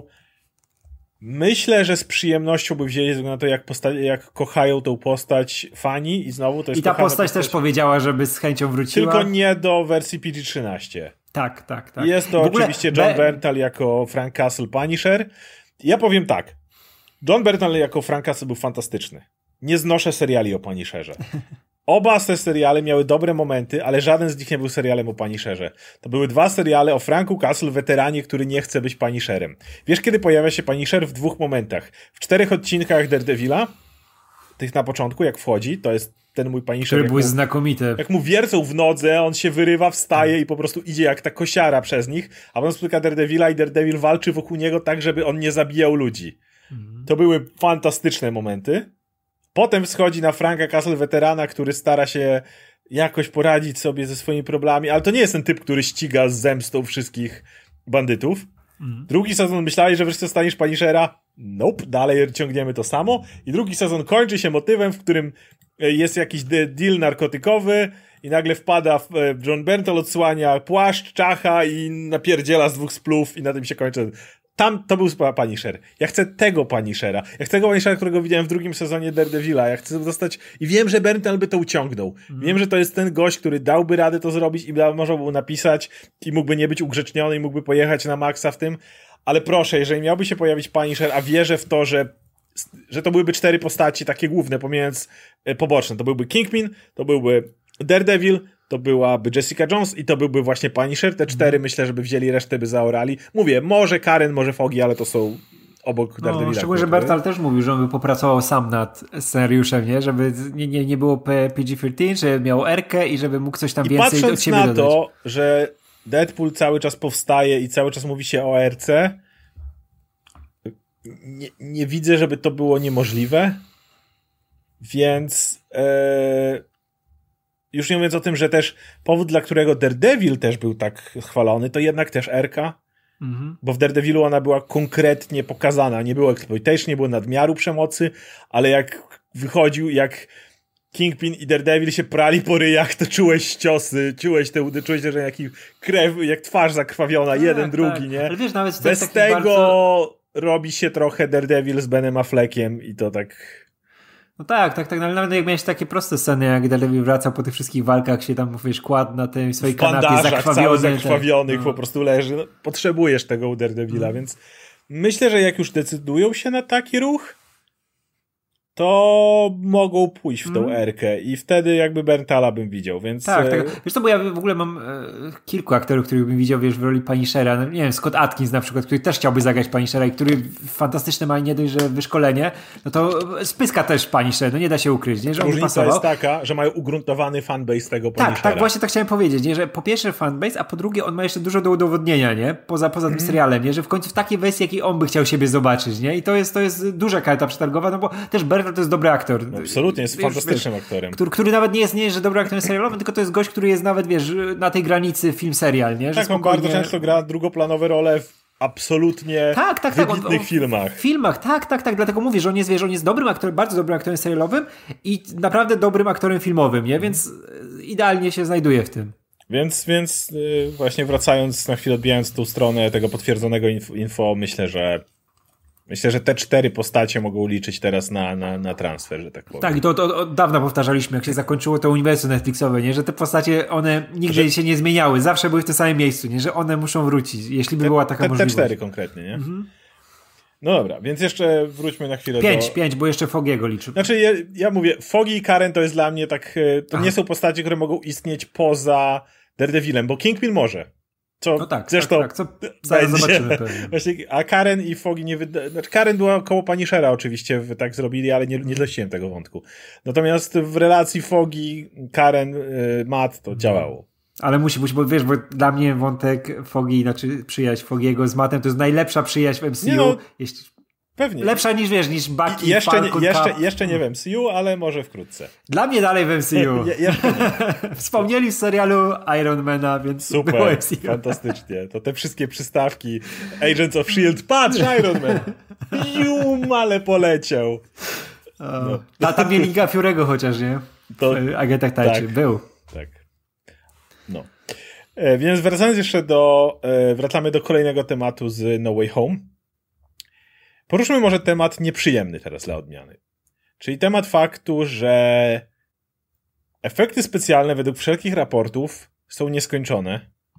myślę, że z przyjemnością by wzięli, ze względu na to, jak kochają tą postać fani i znowu to jest... I ta postać też powiedziała, żeby z chęcią wróciła. Tylko nie do wersji PG-13. Tak. Jest to oczywiście John Bernthal jako Frank Castle Punisher. Ja powiem tak. John Bernthal jako Frank Castle był fantastyczny. Nie znoszę seriali o Punisherze. Oba te seriale miały dobre momenty, ale żaden z nich nie był serialem o Punisherze. To były 2 seriale o Franku Castle, weteranie, który nie chce być Punisherem. Wiesz, kiedy pojawia się Punisher? W 2 momentach. W 4 odcinkach Daredevila, tych na początku, jak wchodzi, to jest ten mój Punisher. Które były znakomite. Jak mu wiercą w nodze, on się wyrywa, wstaje i po prostu idzie jak ta kosiara przez nich, a potem spotyka Daredevila i Daredevil walczy wokół niego tak, żeby on nie zabijał ludzi. To były fantastyczne momenty. Potem schodzi na Franka Castle, weterana, który stara się jakoś poradzić sobie ze swoimi problemami, ale to nie jest ten typ, który ściga z zemstą wszystkich bandytów. Drugi sezon myślałeś, że wreszcie staniesz Punishera? Nope, dalej ciągniemy to samo. I drugi sezon kończy się motywem, w którym jest jakiś deal narkotykowy i nagle wpada John Bernthal, odsłania płaszcz, czacha i napierdziela z 2 splów i na tym się kończy. Tam to był Punisher. Ja chcę tego Punishera. Ja chcę tego Punishera, którego widziałem w 2 sezonie Daredevila. Ja chcę dostać... I wiem, że Bernthal by to uciągnął. Wiem, że to jest ten gość, który dałby radę to zrobić i można było napisać i mógłby nie być ugrzeczniony i mógłby pojechać na maksa w tym. Ale proszę, jeżeli miałby się pojawić Punisher, a wierzę w to, że to byłyby 4 postaci takie główne, pomijając poboczne. To byłby Kingpin, to byłby Daredevil, to byłaby Jessica Jones i to byłby właśnie Punisher. Te 4 myślę, żeby wzięli, resztę by zaorali. Mówię, może Karen, może Foggy, ale to są obok Daredevila. Szczególnie, że Bernthal też mówił, że on by popracował sam nad scenariuszem, nie? Żeby nie było PG-13, żeby miał R-kę i żeby mógł coś tam więcej od siebie dodać. Patrząc na to, że Deadpool cały czas powstaje i cały czas mówi się o R-ce, nie widzę, żeby to było niemożliwe. Więc już nie mówiąc o tym, że też powód, dla którego Daredevil też był tak chwalony, to jednak też R-ka. Bo w Daredevilu ona była konkretnie pokazana. Nie było exploitation, nie było nadmiaru przemocy, ale jak wychodził, jak Kingpin i Daredevil się prali po ryjach, to czułeś ciosy, czułeś że jaki krew, jak twarz zakrwawiona, jeden, drugi, nie? Ale wiesz, nawet bez tego bardzo... robi się trochę Daredevil z Benem Affleckiem i to tak... No tak, ale nawet jak miałeś takie proste sceny, jak Daredevil wracał po tych wszystkich walkach, się tam, wiesz, kładł na tej swojej kanapie zakrwawionych, po prostu leży. No, potrzebujesz tego u Daredevila, więc myślę, że jak już decydują się na taki ruch, to mogą pójść w tą R-kę i wtedy jakby Bernthala bym widział, więc... Tak. Wiesz co, bo ja w ogóle mam kilku aktorów, których bym widział, wiesz, w roli Punishera. No, nie wiem, Scott Adkins na przykład, który też chciałby zagrać Punishera i który fantastyczne ma nie dość, że wyszkolenie, no to spyska też Punisher, no nie da się ukryć, nie, że on różnica jest taka, że mają ugruntowany fanbase tego Punishera. Tak, właśnie tak chciałem powiedzieć, nie, że po pierwsze fanbase, a po drugie on ma jeszcze dużo do udowodnienia, nie, poza tym serialem, nie, że w końcu w takiej wersji, jakiej on by chciał siebie zobaczyć, nie, i to jest duża karta przetargowa, no bo też Berntral to jest dobry aktor. No, absolutnie, jest fantastycznym aktorem. Który nawet nie jest, że dobry aktorem serialowym, tylko to jest gość, który jest nawet, wiesz, na tej granicy film-serial, nie? Że tak, spokojnie... on bardzo często gra drugoplanowe role w absolutnie wybitnych filmach. W filmach, tak, dlatego mówię, że on jest, wiesz, on jest dobrym aktorem, bardzo dobrym aktorem serialowym i naprawdę dobrym aktorem filmowym, nie? Więc idealnie się znajduje w tym. Więc właśnie wracając na chwilę, odbijając tą stronę tego potwierdzonego info, myślę, że te 4 postacie mogą liczyć teraz na transfer, że tak powiem. Tak, i to od dawna powtarzaliśmy, jak się zakończyło to uniwersum Netflixowe, nie? Że te postacie, one nigdy się nie zmieniały, zawsze były w tym samym miejscu, nie? Że one muszą wrócić, jeśli by była taka możliwość. Te 4 konkretnie, nie? No dobra, więc jeszcze wróćmy na chwilę 5, bo jeszcze Foggiego liczę. Znaczy ja mówię, Foggy i Karen to jest dla mnie tak, to nie są postacie, które mogą istnieć poza Daredevilem, bo Kingpin może. Co, no tak, zresztą tak. Co zaraz zobaczymy pewnie. Właśnie, a Karen i Foggy nie znaczy Karen była koło Punishera oczywiście, tak zrobili, ale nie zleciłem tego wątku. Natomiast w relacji Foggy, Karen, Matt to działało. Ale musi, bo wiesz, bo dla mnie wątek Foggy, znaczy przyjaźń Foggiego z Mattem to jest najlepsza przyjaźń w MCU. Nie no, pewnie. Lepsza niż Bucky, jeszcze nie w MCU, ale może wkrótce. Dla mnie dalej w MCU. Jeszcze nie. Wspomnieli w serialu Ironmana, więc super, było MCU. Fantastycznie. To te wszystkie przystawki Agents of S.H.I.E.L.D. Patrz, Iron Man! Ale poleciał. No. Tam mieli Nika Fury'ego chociaż, nie? W Agentach Tajczy. Tak, był. Tak. No. Więc wracając jeszcze wracamy do kolejnego tematu z No Way Home. Poruszmy może temat nieprzyjemny teraz dla odmiany. Czyli temat faktu, że efekty specjalne według wszelkich raportów są nieskończone.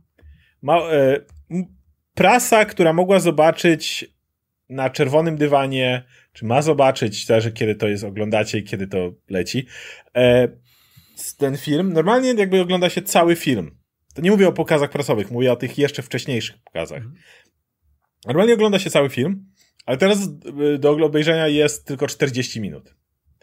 Prasa, która mogła zobaczyć na czerwonym dywanie, czy ma zobaczyć, zależy kiedy to jest, oglądacie i kiedy to leci, ten film, normalnie jakby ogląda się cały film. To nie mówię o pokazach prasowych, mówię o tych jeszcze wcześniejszych pokazach. Normalnie ogląda się cały film, ale teraz do obejrzenia jest tylko 40 minut.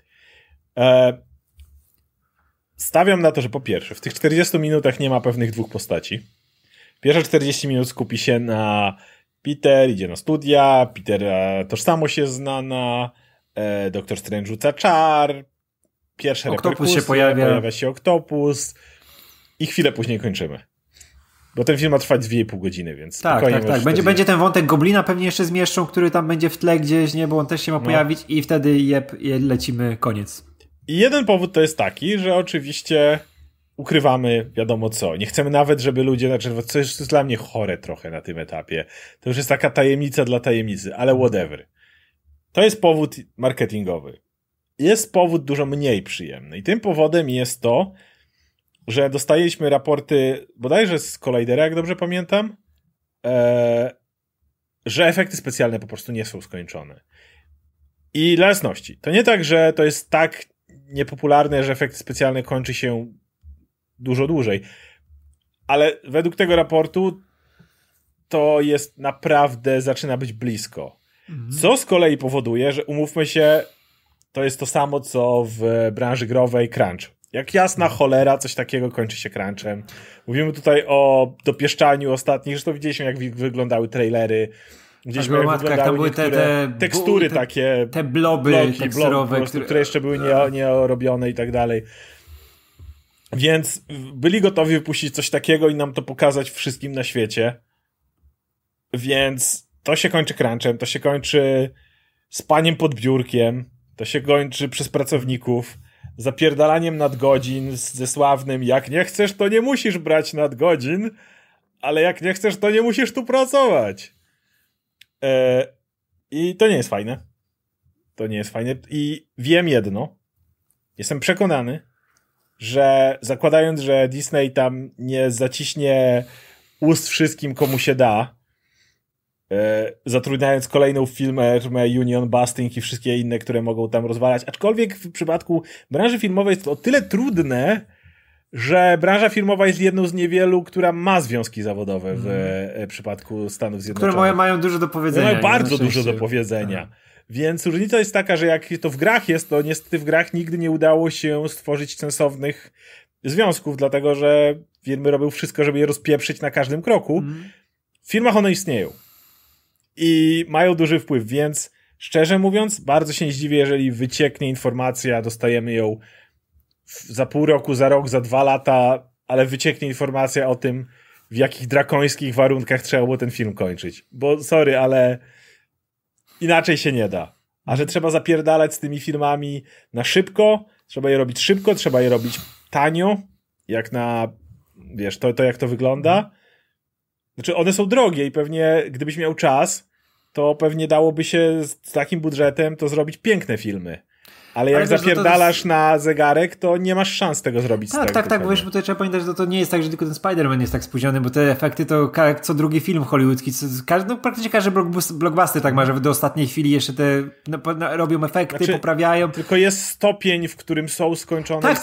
Stawiam na to, że po pierwsze, w tych 40 minutach nie ma pewnych dwóch postaci. Pierwsze 40 minut skupi się na Peter, idzie na studia, Petera tożsamość jest znana, Doktor Strange rzuca czar, pierwsze reperkusje, się pojawia się Oktopus i chwilę później kończymy. Bo ten film ma trwać 2,5 godziny, więc tak. Będzie ten wątek Goblina pewnie jeszcze zmieszczą, który tam będzie w tle gdzieś, nie, bo on też się ma pojawić i wtedy lecimy, koniec. I jeden powód to jest taki, że oczywiście ukrywamy wiadomo co. Nie chcemy nawet, żeby ludzie, co jest dla mnie chore trochę na tym etapie. To już jest taka tajemnica dla tajemnicy, ale whatever. To jest powód marketingowy. Jest powód dużo mniej przyjemny. I tym powodem jest to, że dostaliśmy raporty, bodajże z Collidera, jak dobrze pamiętam, że efekty specjalne po prostu nie są skończone. I dla jasności, to nie tak, że to jest tak niepopularne, że efekty specjalne kończy się dużo dłużej. Ale według tego raportu to jest naprawdę, zaczyna być blisko. Co z kolei powoduje, że umówmy się, to jest to samo, co w branży growej crunch. Jak jasna cholera, coś takiego kończy się crunchem. Mówimy tutaj o dopieszczaniu ostatnich, zresztą widzieliśmy, jak wyglądały trailery. Widzieliśmy, jak wyglądały były te tekstury takie. Te bloki teksturowe, które jeszcze były nierobione i tak dalej. Więc byli gotowi wypuścić coś takiego i nam to pokazać wszystkim na świecie. Więc to się kończy crunchem, to się kończy spaniem pod biurkiem, to się kończy przez pracowników, zapierdalaniem nadgodzin ze sławnym jak nie chcesz, to nie musisz brać nadgodzin, ale jak nie chcesz, to nie musisz tu pracować. I to nie jest fajne. To nie jest fajne. I wiem jedno. Jestem przekonany, że zakładając, że Disney tam nie zaciśnie ust wszystkim, komu się da, zatrudniając kolejną firmę Union Busting i wszystkie inne, które mogą tam rozwalać. Aczkolwiek w przypadku branży filmowej jest to o tyle trudne, że branża filmowa jest jedną z niewielu, która ma związki zawodowe w przypadku Stanów Zjednoczonych. Które mają dużo do powiedzenia. Mają bardzo dużo do powiedzenia. Więc różnica jest taka, że jak to w grach jest, to niestety w grach nigdy nie udało się stworzyć sensownych związków, dlatego że firmy robią wszystko, żeby je rozpieprzyć na każdym kroku. W filmach one istnieją. I mają duży wpływ, więc szczerze mówiąc, bardzo się nie zdziwię, jeżeli wycieknie informacja, dostajemy ją za pół roku, za rok, za 2 lata, ale wycieknie informacja o tym, w jakich drakońskich warunkach trzeba było ten film kończyć. Bo sorry, ale inaczej się nie da. A że trzeba zapierdalać z tymi filmami na szybko, trzeba je robić szybko, trzeba je robić tanio, jak na, wiesz, to jak to wygląda. Znaczy, one są drogie i pewnie, gdybyś miał czas, to pewnie dałoby się z takim budżetem to zrobić piękne filmy. Ale jak zapierdalasz na zegarek, to nie masz szans tego zrobić. Tak, bo wiesz, bo to trzeba pamiętać, że to nie jest tak, że tylko ten Spider-Man jest tak spóźniony, bo te efekty to co drugi film hollywoodzki, praktycznie każdy blockbuster tak ma, że do ostatniej chwili jeszcze robią efekty, poprawiają. Tylko jest stopień, w którym są skończone,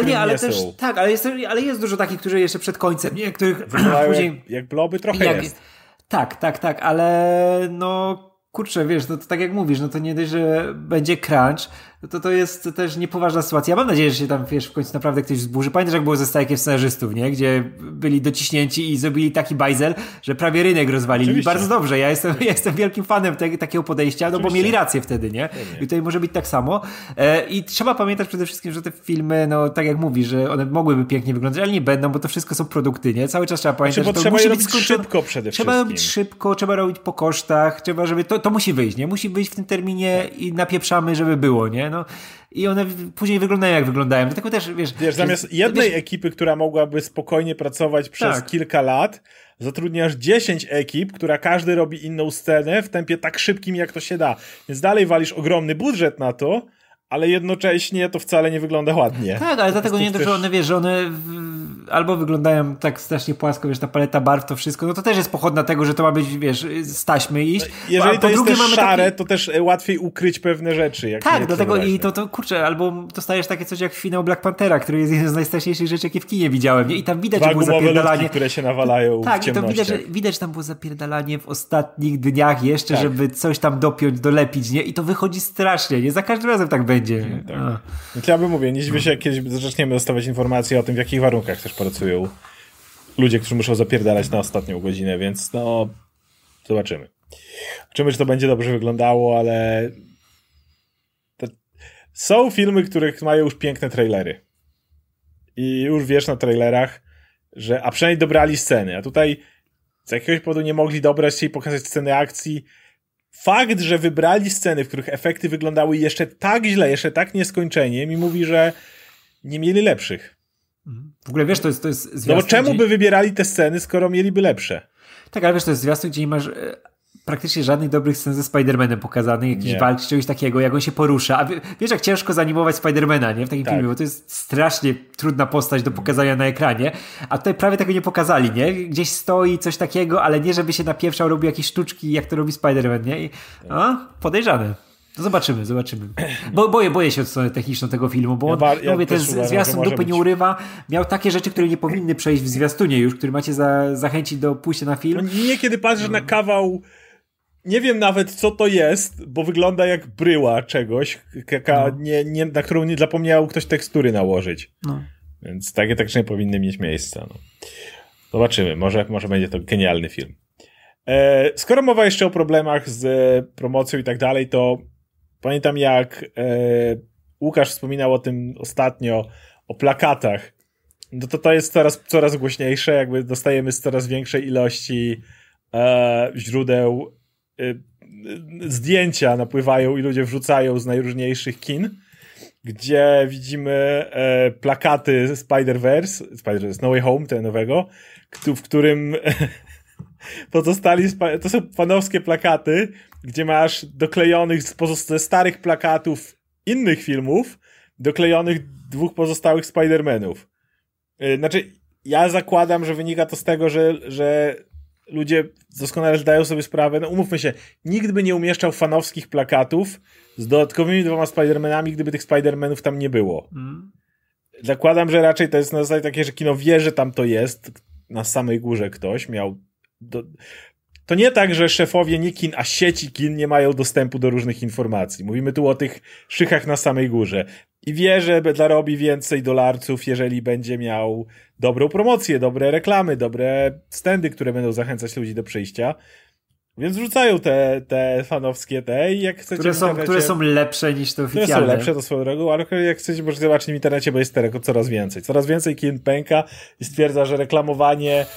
ale jest dużo takich, którzy jeszcze przed końcem, nie? Których później jak bloby trochę jest. Tak, ale kurczę, wiesz, to tak jak mówisz, to nie dość, że będzie crunch, to jest też niepoważna sytuacja. Ja mam nadzieję, że się tam, wiesz, w końcu naprawdę ktoś wzburzy. Pamiętasz, jak było ze strajkiem scenarzystów, nie? Gdzie byli dociśnięci i zrobili taki bajzel, że prawie rynek rozwalili. Oczywiście. Bardzo dobrze. Ja jestem wielkim fanem takiego podejścia, bo mieli rację wtedy, nie? I tutaj może być tak samo. I trzeba pamiętać przede wszystkim, że te filmy, tak jak mówisz, że one mogłyby pięknie wyglądać, ale nie będą, bo to wszystko są produkty, nie? Cały czas trzeba pamiętać, że to trzeba musi robić szybko przede wszystkim. Trzeba robić szybko, trzeba robić po kosztach, trzeba, żeby to musi wyjść, nie? Musi wyjść w tym terminie i napieprzamy, żeby było, nie? I one później wyglądają jak wyglądają. Dlatego też, wiesz zamiast jednej ekipy, która mogłaby spokojnie pracować przez kilka lat, zatrudniasz 10 ekip, która każdy robi inną scenę w tempie tak szybkim, jak to się da. Więc dalej walisz ogromny budżet na to, ale jednocześnie to wcale nie wygląda ładnie. Tak, ale dlatego nie, że one, wiesz, że one albo wyglądają tak strasznie płasko, wiesz, ta paleta barw, to wszystko, no to też jest pochodna tego, że to ma być, wiesz, z taśmy iść. Jeżeli to jest też szare, to też łatwiej ukryć pewne rzeczy. Jak tak, dlatego i to kurczę, albo dostajesz takie coś jak finał Black Panthera, który jest jedną z najstraszniejszych rzeczy, jakie w kinie widziałem, nie? I tam widać, że było zapierdalanie. Ludki, które się nawalają tak, w ciemnościach. i to widać, że tam było zapierdalanie w ostatnich dniach jeszcze, tak, żeby coś tam dopiąć, dolepić, nie? I to wychodzi strasznie, nie? Za każdym razem tak będzie. Tak. No to ja bym mówię, nie dziwię się, jak kiedyś zaczniemy dostawać informacje o tym, w jakich warunkach też pracują ludzie, którzy muszą zapierdalać na ostatnią godzinę, więc no zobaczymy. Zobaczymy, czy to będzie dobrze wyglądało, ale są filmy, których mają już piękne trailery. I już wiesz na trailerach, że a przynajmniej dobrali sceny, a tutaj z jakiegoś powodu nie mogli dobrać się i pokazać sceny akcji. Fakt, że wybrali sceny, w których efekty wyglądały jeszcze tak źle, jeszcze tak nieskończenie, mi mówi, że nie mieli lepszych. W ogóle wiesz, to jest zwiastun, no bo czemu by wybierali te sceny, skoro mieliby lepsze? Tak, ale wiesz, to jest zwiastun, gdzie nie masz praktycznie żadnych dobrych scen ze Spider-Manem pokazanych, jakiejś walki, czegoś takiego, jak on się porusza. A wiesz, jak ciężko zanimować Spider-Mana, nie? W takim filmie, bo to jest strasznie trudna postać do pokazania na ekranie, a tutaj prawie tego nie pokazali, nie? Gdzieś stoi coś takiego, ale nie żeby się napieprzał, robi jakieś sztuczki, jak to robi Spider-Man, nie? Podejrzane. To zobaczymy. Boję się od strony techniczną tego filmu, bo mówię, ten zwiastun dupy nie urywa. Miał takie rzeczy, które nie powinny przejść w zwiastunie już, który macie zachęcić do pójścia na film. No niekiedy patrzysz na kawał, nie wiem nawet co to jest, bo wygląda jak bryła czegoś, na którą nie zapomniał ktoś tekstury nałożyć. No. Więc takie tak nie powinny mieć miejsca. No. Zobaczymy, może będzie to genialny film. Skoro mowa jeszcze o problemach z promocją i tak dalej, to pamiętam jak Łukasz wspominał o tym ostatnio, o plakatach. No to jest coraz głośniejsze, jakby dostajemy z coraz większej ilości źródeł, zdjęcia napływają i ludzie wrzucają z najróżniejszych kin, gdzie widzimy plakaty Spider-Verse, No Way Home, tego nowego, w którym to są fanowskie plakaty, gdzie masz doklejonych ze starych plakatów innych filmów, doklejonych 2 pozostałych Spider-Manów. Znaczy, ja zakładam, że wynika to z tego, że ludzie doskonale zdają sobie sprawę, no umówmy się, nikt by nie umieszczał fanowskich plakatów z dodatkowymi 2 Spider-Manami, gdyby tych Spider-Manów tam nie było. Zakładam, że raczej to jest na zasadzie takie, że kino wie, że tam to jest, na samej górze ktoś miał to nie tak, że szefowie nie kin, a sieci kin nie mają dostępu do różnych informacji. Mówimy tu o tych szychach na samej górze. I wie, że zarobi więcej dolarców, jeżeli będzie miał dobrą promocję, dobre reklamy, dobre standy, które będą zachęcać ludzi do przyjścia. Więc rzucają te fanowskie i jak chcecie które są lepsze niż te oficjalne. Które są lepsze, to swoją drogą, ale jak chcecie, możecie zobaczyć w internecie, bo jest tego coraz więcej. Coraz więcej kin pęka i stwierdza, że reklamowanie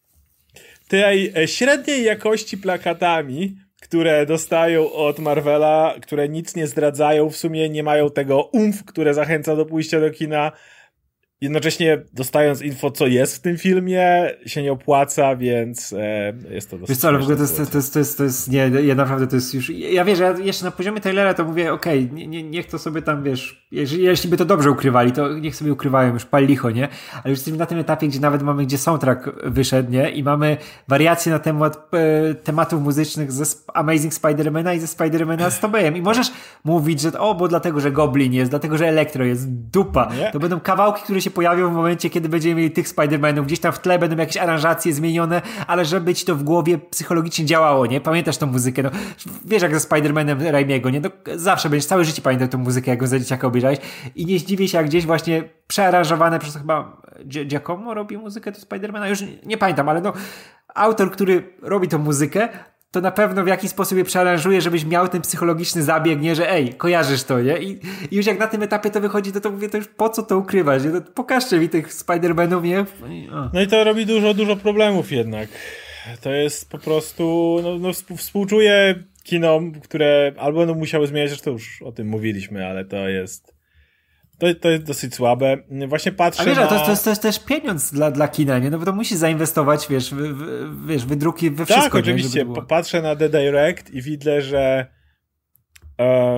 tej średniej jakości plakatami, które dostają od Marvela, które nic nie zdradzają, w sumie nie mają tego które zachęca do pójścia do kina, jednocześnie dostając info, co jest w tym filmie, się nie opłaca, więc jest to dosyć... Wiesz co, ale w ogóle to jest nie, ja naprawdę to jest już... Ja wiesz, ja jeszcze na poziomie trailera to mówię, okej, niech to sobie tam, wiesz, jeśli by to dobrze ukrywali, to niech sobie ukrywają, już pal licho, nie? Ale już jesteśmy na tym etapie, gdzie nawet mamy, gdzie soundtrack wyszedł, nie? I mamy wariacje na temat tematów muzycznych ze Amazing Spider-Mana i ze Spider-Mana z Tobeyem. I możesz mówić, że bo dlatego, że Goblin jest, dlatego, że Elektro jest, dupa. Nie? To będą kawałki, które się pojawią w momencie, kiedy będziemy mieli tych Spider-Manów. Gdzieś tam w tle będą jakieś aranżacje zmienione, ale żeby ci to w głowie psychologicznie działało, nie? Pamiętasz tą muzykę, no wiesz jak ze Spider-Manem Raimiego, nie? No, zawsze będziesz całe życie pamiętał tą muzykę, jak go za dzieciaka obejrzałeś i nie zdziwię się, jak gdzieś właśnie przearanżowane przez chyba Giacomo robi muzykę do Spider-Mana, już nie pamiętam, ale no autor, który robi tą muzykę, to na pewno w jakiś sposób je przearanżuje, żebyś miał ten psychologiczny zabieg, nie, że kojarzysz to, nie? I już jak na tym etapie to wychodzi, to mówię, to już po co to ukrywać, nie? No, pokażcie mi tych Spider-Manów, nie? No i to robi dużo problemów jednak. To jest po prostu, współczuję kinom, które albo będą musiały zmieniać, zresztą już o tym mówiliśmy, ale to jest dosyć słabe. Właśnie patrzę to jest też pieniądz dla kina, nie? No bo to musi zainwestować, wiesz, wydruki we wszystko. Tak, oczywiście. Patrzę na The Direct i widzę, że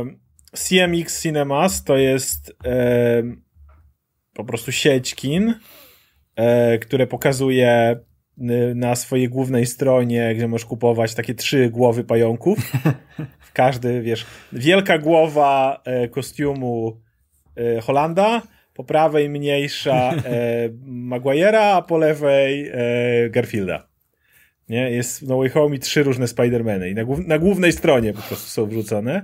CMX Cinemas to jest po prostu sieć kin, które pokazuje na swojej głównej stronie, gdzie możesz kupować takie 3 głowy pająków. Każdy, wiesz, wielka głowa kostiumu Hollanda, po prawej mniejsza Maguire'a, a po lewej Garfielda. Nie? Jest w No Way Home i 3 różne Spider-Many i na głównej stronie po prostu są wrzucone.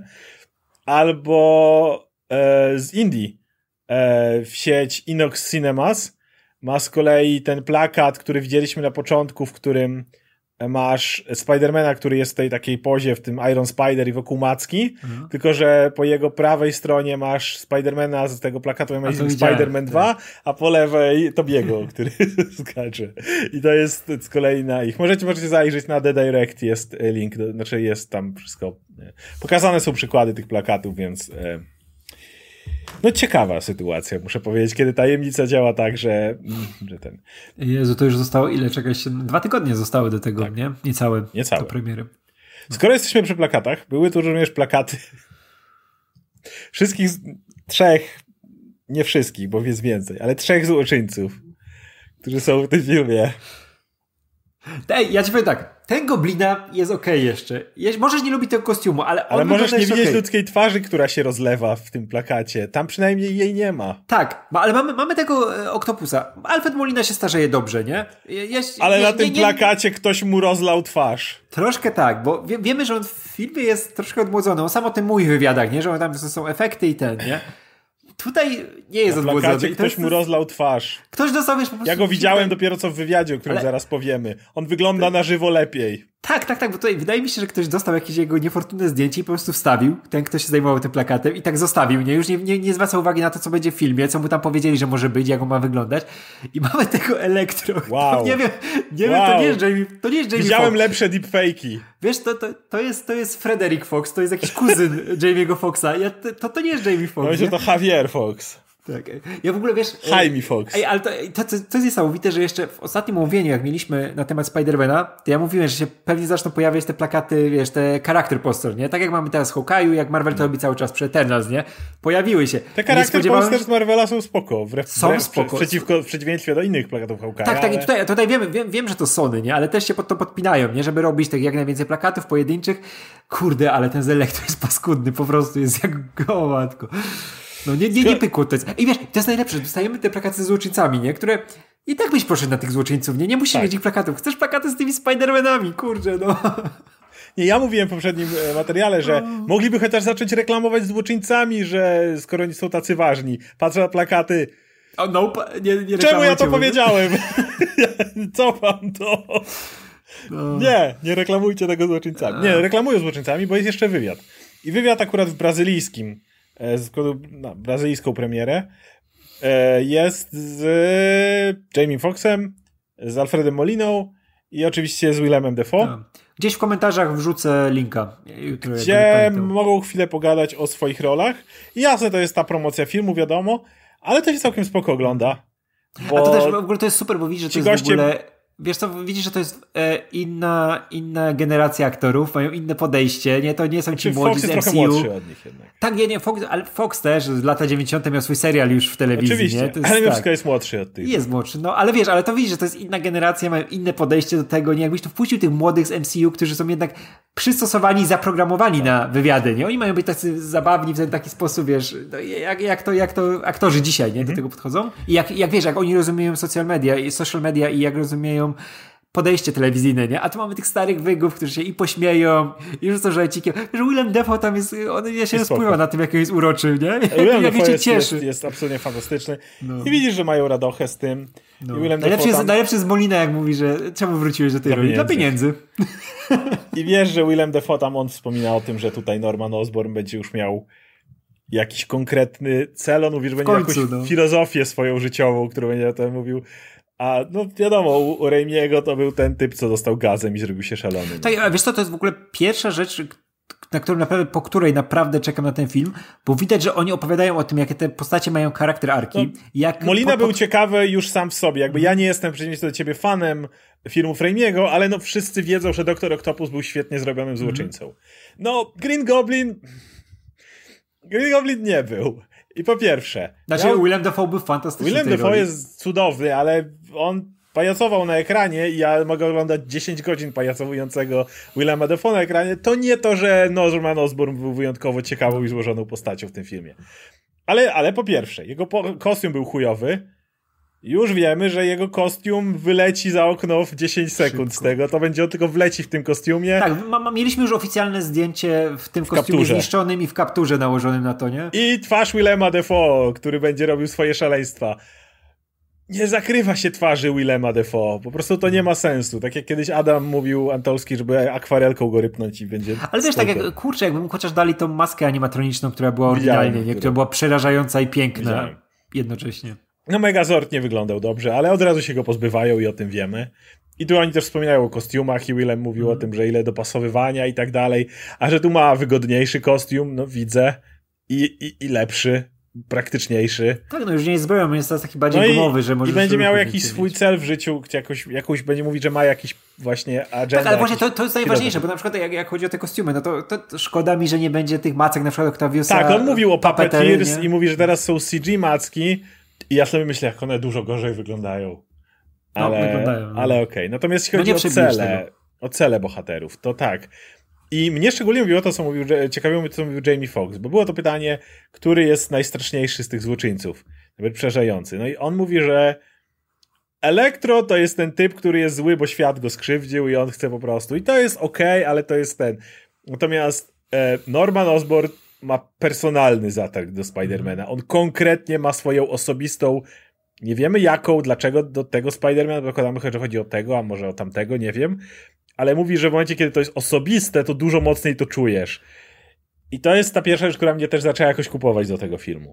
Albo z Indii w sieć Inox Cinemas ma z kolei ten plakat, który widzieliśmy na początku, w którym masz Spidermana, który jest w tej takiej pozie, w tym Iron Spider i wokół macki, tylko że po jego prawej stronie masz Spidermana z tego plakatu Amazing Spider-Man 2, a po lewej Tobiego, który skacze. I to jest z kolei na ich. Możecie zajrzeć na The Direct, jest link, znaczy jest tam wszystko. Pokazane są przykłady tych plakatów, więc no ciekawa sytuacja, muszę powiedzieć, kiedy tajemnica działa tak, że ten... Jezu, to już zostało ile? Czekać się... 2 tygodnie zostały do tego, tak. Nie? Niecałe. Do premiery. Skoro jesteśmy przy plakatach, były tu również plakaty wszystkich 3, nie wszystkich, bo jest więcej, ale 3 złoczyńców, którzy są w tym filmie. Ej, ja ci powiem tak, ten Goblina jest okej jeszcze. Możesz nie lubić tego kostiumu, ale możesz nie widzieć ludzkiej twarzy, która się rozlewa w tym plakacie. Tam przynajmniej jej nie ma. Tak, ale mamy tego Oktopusa. Alfred Molina się starzeje dobrze, nie? Ale na tym plakacie ktoś mu rozlał twarz. Troszkę tak, bo wiemy, że on w filmie jest troszkę odmłodzony. On sam o tym mówi w wywiadach, nie? Że on tam są efekty i ten, nie? Tutaj nie jest odmłodzony. Ktoś mu rozlał twarz. Ktoś dostał, wiesz, po prostu... Ja go widziałem dopiero co w wywiadzie, o którym zaraz powiemy. On wygląda na żywo lepiej. Tak, bo tutaj wydaje mi się, że ktoś dostał jakieś jego niefortunne zdjęcie i po prostu wstawił. Ten, kto się zajmował tym plakatem i tak zostawił, nie? Już nie zwraca uwagi na to, co będzie w filmie, co mu tam powiedzieli, że może być, jak on ma wyglądać. I mamy tego Elektro. Wow. Nie wiem, to nie jest Jamie Widziałem Foxx. lepsze deepfake'i. Wiesz, to jest Frederick Fox, to jest jakiś kuzyn Jamie'ego Foxa. To nie jest Jamie Foxx. Myślę, że to Javier Fox. Tak. Ja w ogóle, wiesz... Jaime Fox. Ale to jest niesamowite, że jeszcze w ostatnim omówieniu, jak mieliśmy na temat Spidermana, to ja mówiłem, że się pewnie zaczną pojawiać te plakaty, wiesz, te character poster, nie? Tak jak mamy teraz Hawkeye'u, jak Marvel to robi cały czas przy Eternals, nie? Pojawiły się. Te character posters z Marvela są spoko. Spoko. W przeciwieństwie do innych plakatów Hawkeye'a. Tak, ale... i tutaj wiem, że to Sony, nie? Ale też się pod to podpinają, nie? Żeby robić tak jak najwięcej plakatów pojedynczych. Kurde, ale ten z Elektro jest paskudny, po prostu jest jak gołatko. No nie pykło to jest. I wiesz, to jest najlepsze, dostajemy te plakaty z złoczyńcami, nie? Które i tak byś poszedł na tych złoczyńców, nie musisz mieć ich plakatów. Chcesz plakaty z tymi Spider-Manami, kurczę, no. Nie, ja mówiłem w poprzednim materiale, że mogliby chociaż zacząć reklamować z złoczyńcami, że skoro oni są tacy ważni. Patrzę na plakaty. Nie czemu ja to powiedziałem? Cofam to. No. Nie reklamujcie tego złoczyńcami. Nie, reklamują złoczyńcami, bo jest jeszcze wywiad. I wywiad akurat w brazylijskim, na brazylijską premierę, jest z Jamie Foxxem, z Alfredem Moliną i oczywiście z Willemem Dafoe. No. Gdzieś w komentarzach wrzucę linka. Gdzie mogą chwilę pogadać o swoich rolach. I jasne, to jest ta promocja filmu, wiadomo, ale to się całkiem spoko ogląda. A to też w ogóle to jest super, bo widzisz, że to jest w ogóle... Wiesz co, widzisz, że to jest inna generacja aktorów, mają inne podejście, nie? To nie są ci młodzi z MCU. Fox jest trochę młodszy od nich jednak. Tak, nie, ale Fox też z lata 90. miał swój serial już w telewizji, oczywiście, nie? To jest, ale mimo wszystko jest młodszy od tych. Jest młodszy, no ale wiesz, ale to widzisz, że to jest inna generacja, mają inne podejście do tego, nie? Jakbyś tu wpuścił tych młodych z MCU, którzy są jednak przystosowani, zaprogramowani na wywiady, nie? Oni mają być tacy zabawni w ten taki sposób, wiesz, no, jak to aktorzy dzisiaj, nie? Do tego podchodzą. I jak wiesz, jak oni rozumieją social media i jak rozumieją podejście telewizyjne, nie? A tu mamy tych starych wygów, którzy się i pośmieją, i rzucą żarcikiem. Wiesz, Willem Dafoe tam jest, on się rozpływa na tym, jak jest uroczy, nie? Willem Dafoe cieszy. Jest absolutnie fantastyczny. No. I widzisz, że mają radochę z tym. No. Najlepszy z Molina, jak mówi, że czemu wróciłeś do tej roli? Dla pieniędzy. I wiesz, że Willem Dafoe tam on wspomina o tym, że tutaj Norman Osborn będzie już miał jakiś konkretny cel, on mówi, że będzie jakąś filozofię swoją życiową, którą będzie o tym mówił. A no wiadomo, u Raimiego to był ten typ, co dostał gazem i zrobił się szalony. Tak, a wiesz co, to jest w ogóle pierwsza rzecz, po której naprawdę czekam na ten film, bo widać, że oni opowiadają o tym, jakie te postacie mają charakter arki. No, Molina był ciekawy już sam w sobie. Jakby ja nie jestem przeciwnie do ciebie fanem filmów Raimiego, ale no wszyscy wiedzą, że Dr. Octopus był świetnie zrobionym złoczyńcą. No, Green Goblin... Green Goblin nie był. I po pierwsze... Znaczy Willem Dafoe był fantastyczny. Willem Dafoe jest cudowny, ale on pajacował na ekranie i ja mogę oglądać 10 godzin pajacowującego Willema Dafoe na ekranie. To nie to, że Norman Osborn był wyjątkowo ciekawą i złożoną postacią w tym filmie. Ale po pierwsze, jego kostium był chujowy. Już wiemy, że jego kostium wyleci za okno w 10 sekund z tego. To będzie on tylko wleci w tym kostiumie. Tak, mieliśmy już oficjalne zdjęcie w tym kostiumie zniszczonym i w kapturze nałożonym na to, nie? I twarz Willema Dafoe, który będzie robił swoje szaleństwa. Nie zakrywa się twarzy Willema Dafoe. Po prostu to nie ma sensu. Tak jak kiedyś Adam mówił Antolski, żeby akwarelką go rypnąć i będzie... Ale też tak jak, kurczę, jakby chociaż dali tą maskę animatroniczną, która była oryginalnie, nie? Która była przerażająca i piękna jednocześnie. No Megazord nie wyglądał dobrze, ale od razu się go pozbywają i o tym wiemy. I tu oni też wspominają o kostiumach i Willem mówił o tym, że ile dopasowywania i tak dalej, a że tu ma wygodniejszy kostium, no widzę, i lepszy, praktyczniejszy. Tak, no już nie jest zbroją, jest teraz taki bardziej gumowy, że może. I będzie miał jakiś swój cel w życiu, jakąś będzie mówić, że ma jakiś właśnie agenda. Tak, ale właśnie to jest najważniejsze, bo na przykład jak chodzi o te kostiumy, no to szkoda mi, że nie będzie tych macek, na przykład Octaviusa. Tak, on mówił o Puppeteers i mówi, że teraz są CG macki i ja sobie myślę, jak one dużo gorzej wyglądają. Ale okej. Natomiast jeśli chodzi o cele bohaterów, to tak. I mnie szczególnie mówiło to, co mówił, ciekawiło mnie to, co mówił Jamie Foxx, bo było to pytanie, który jest najstraszniejszy z tych złoczyńców, nawet przerażający. No i on mówi, że Elektro to jest ten typ, który jest zły, bo świat go skrzywdził i on chce po prostu. I to jest okej, ale to jest ten. Natomiast Norman Osborn ma personalny zatarg do Spidermana. On konkretnie ma swoją osobistą, nie wiemy jaką, dlaczego do tego Spidermana, dokładamy, że chodzi o tego, a może o tamtego, nie wiem. Ale mówi, że w momencie, kiedy to jest osobiste, to dużo mocniej to czujesz. I to jest ta pierwsza rzecz, która mnie też zaczęła jakoś kupować do tego filmu.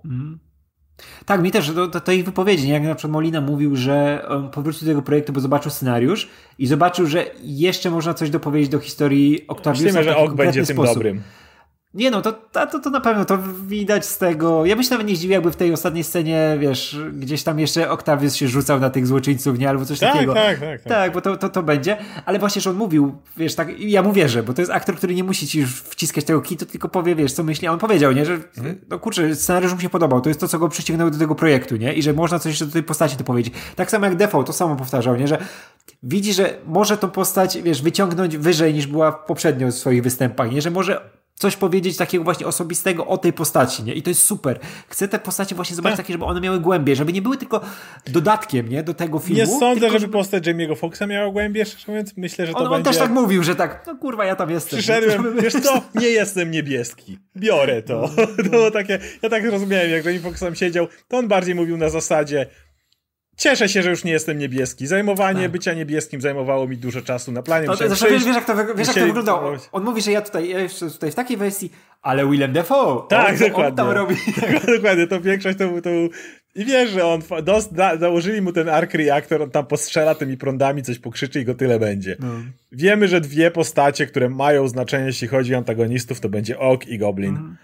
Tak, mi też, to ich wypowiedzi, jak na przykład Molina mówił, że on powrócił do tego projektu, bo zobaczył scenariusz i zobaczył, że jeszcze można coś dopowiedzieć do historii Octaviusa. Myślimy, że Ok będzie tym dobrym. Nie no, to na pewno, to widać z tego. Ja bym się nawet nie zdziwił, jakby w tej ostatniej scenie, wiesz, gdzieś tam jeszcze Octavius się rzucał na tych złoczyńców, nie? Albo coś takiego. Tak. Tak, bo to będzie. Ale właśnie, że on mówił, wiesz, tak, ja mu wierzę, bo to jest aktor, który nie musi ci już wciskać tego kitu, tylko powie, wiesz, co myśli. A on powiedział, nie? Że no kurczę, scenariusz mu się podobał. To jest to, co go przyciągnęło do tego projektu, nie? I że można coś jeszcze do tej postaci dopowiedzieć. Tak samo jak Dafoe, to samo powtarzał, nie? Że widzi, że może tą postać, wiesz, wyciągnąć wyżej niż była poprzednio w swoich występach, nie? Że może coś powiedzieć takiego właśnie osobistego o tej postaci, nie? I to jest super. Chcę te postacie właśnie zobaczyć takie, żeby one miały głębię, żeby nie były tylko dodatkiem, nie? Do tego filmu. Nie sądzę, żeby postać Jamie'ego Foxxa miała głębię, szczerze mówiąc. Myślę, że to będzie... On też tak mówił, że tak, no kurwa, ja tam jestem. Przyszedłem, wiesz co? Nie jestem niebieski. Biorę to. To było takie, ja tak rozumiałem, jak Jamie Foxx tam siedział, to on bardziej mówił na zasadzie cieszę się, że już nie jestem niebieski. Zajmowanie bycia niebieskim zajmowało mi dużo czasu na planie. Zresztą wiesz, jak to wyglądało. On mówi, że ja jeszcze tutaj w takiej wersji, ale Willem Dafoe. Tak, dokładnie. On tam robi. Tak, dokładnie, to większość to i wiesz, że on założyli mu ten arc reactor, on tam postrzela tymi prądami, coś pokrzyczy i go tyle będzie. Wiemy, że dwie postacie, które mają znaczenie, jeśli chodzi o antagonistów, to będzie Ok i Goblin.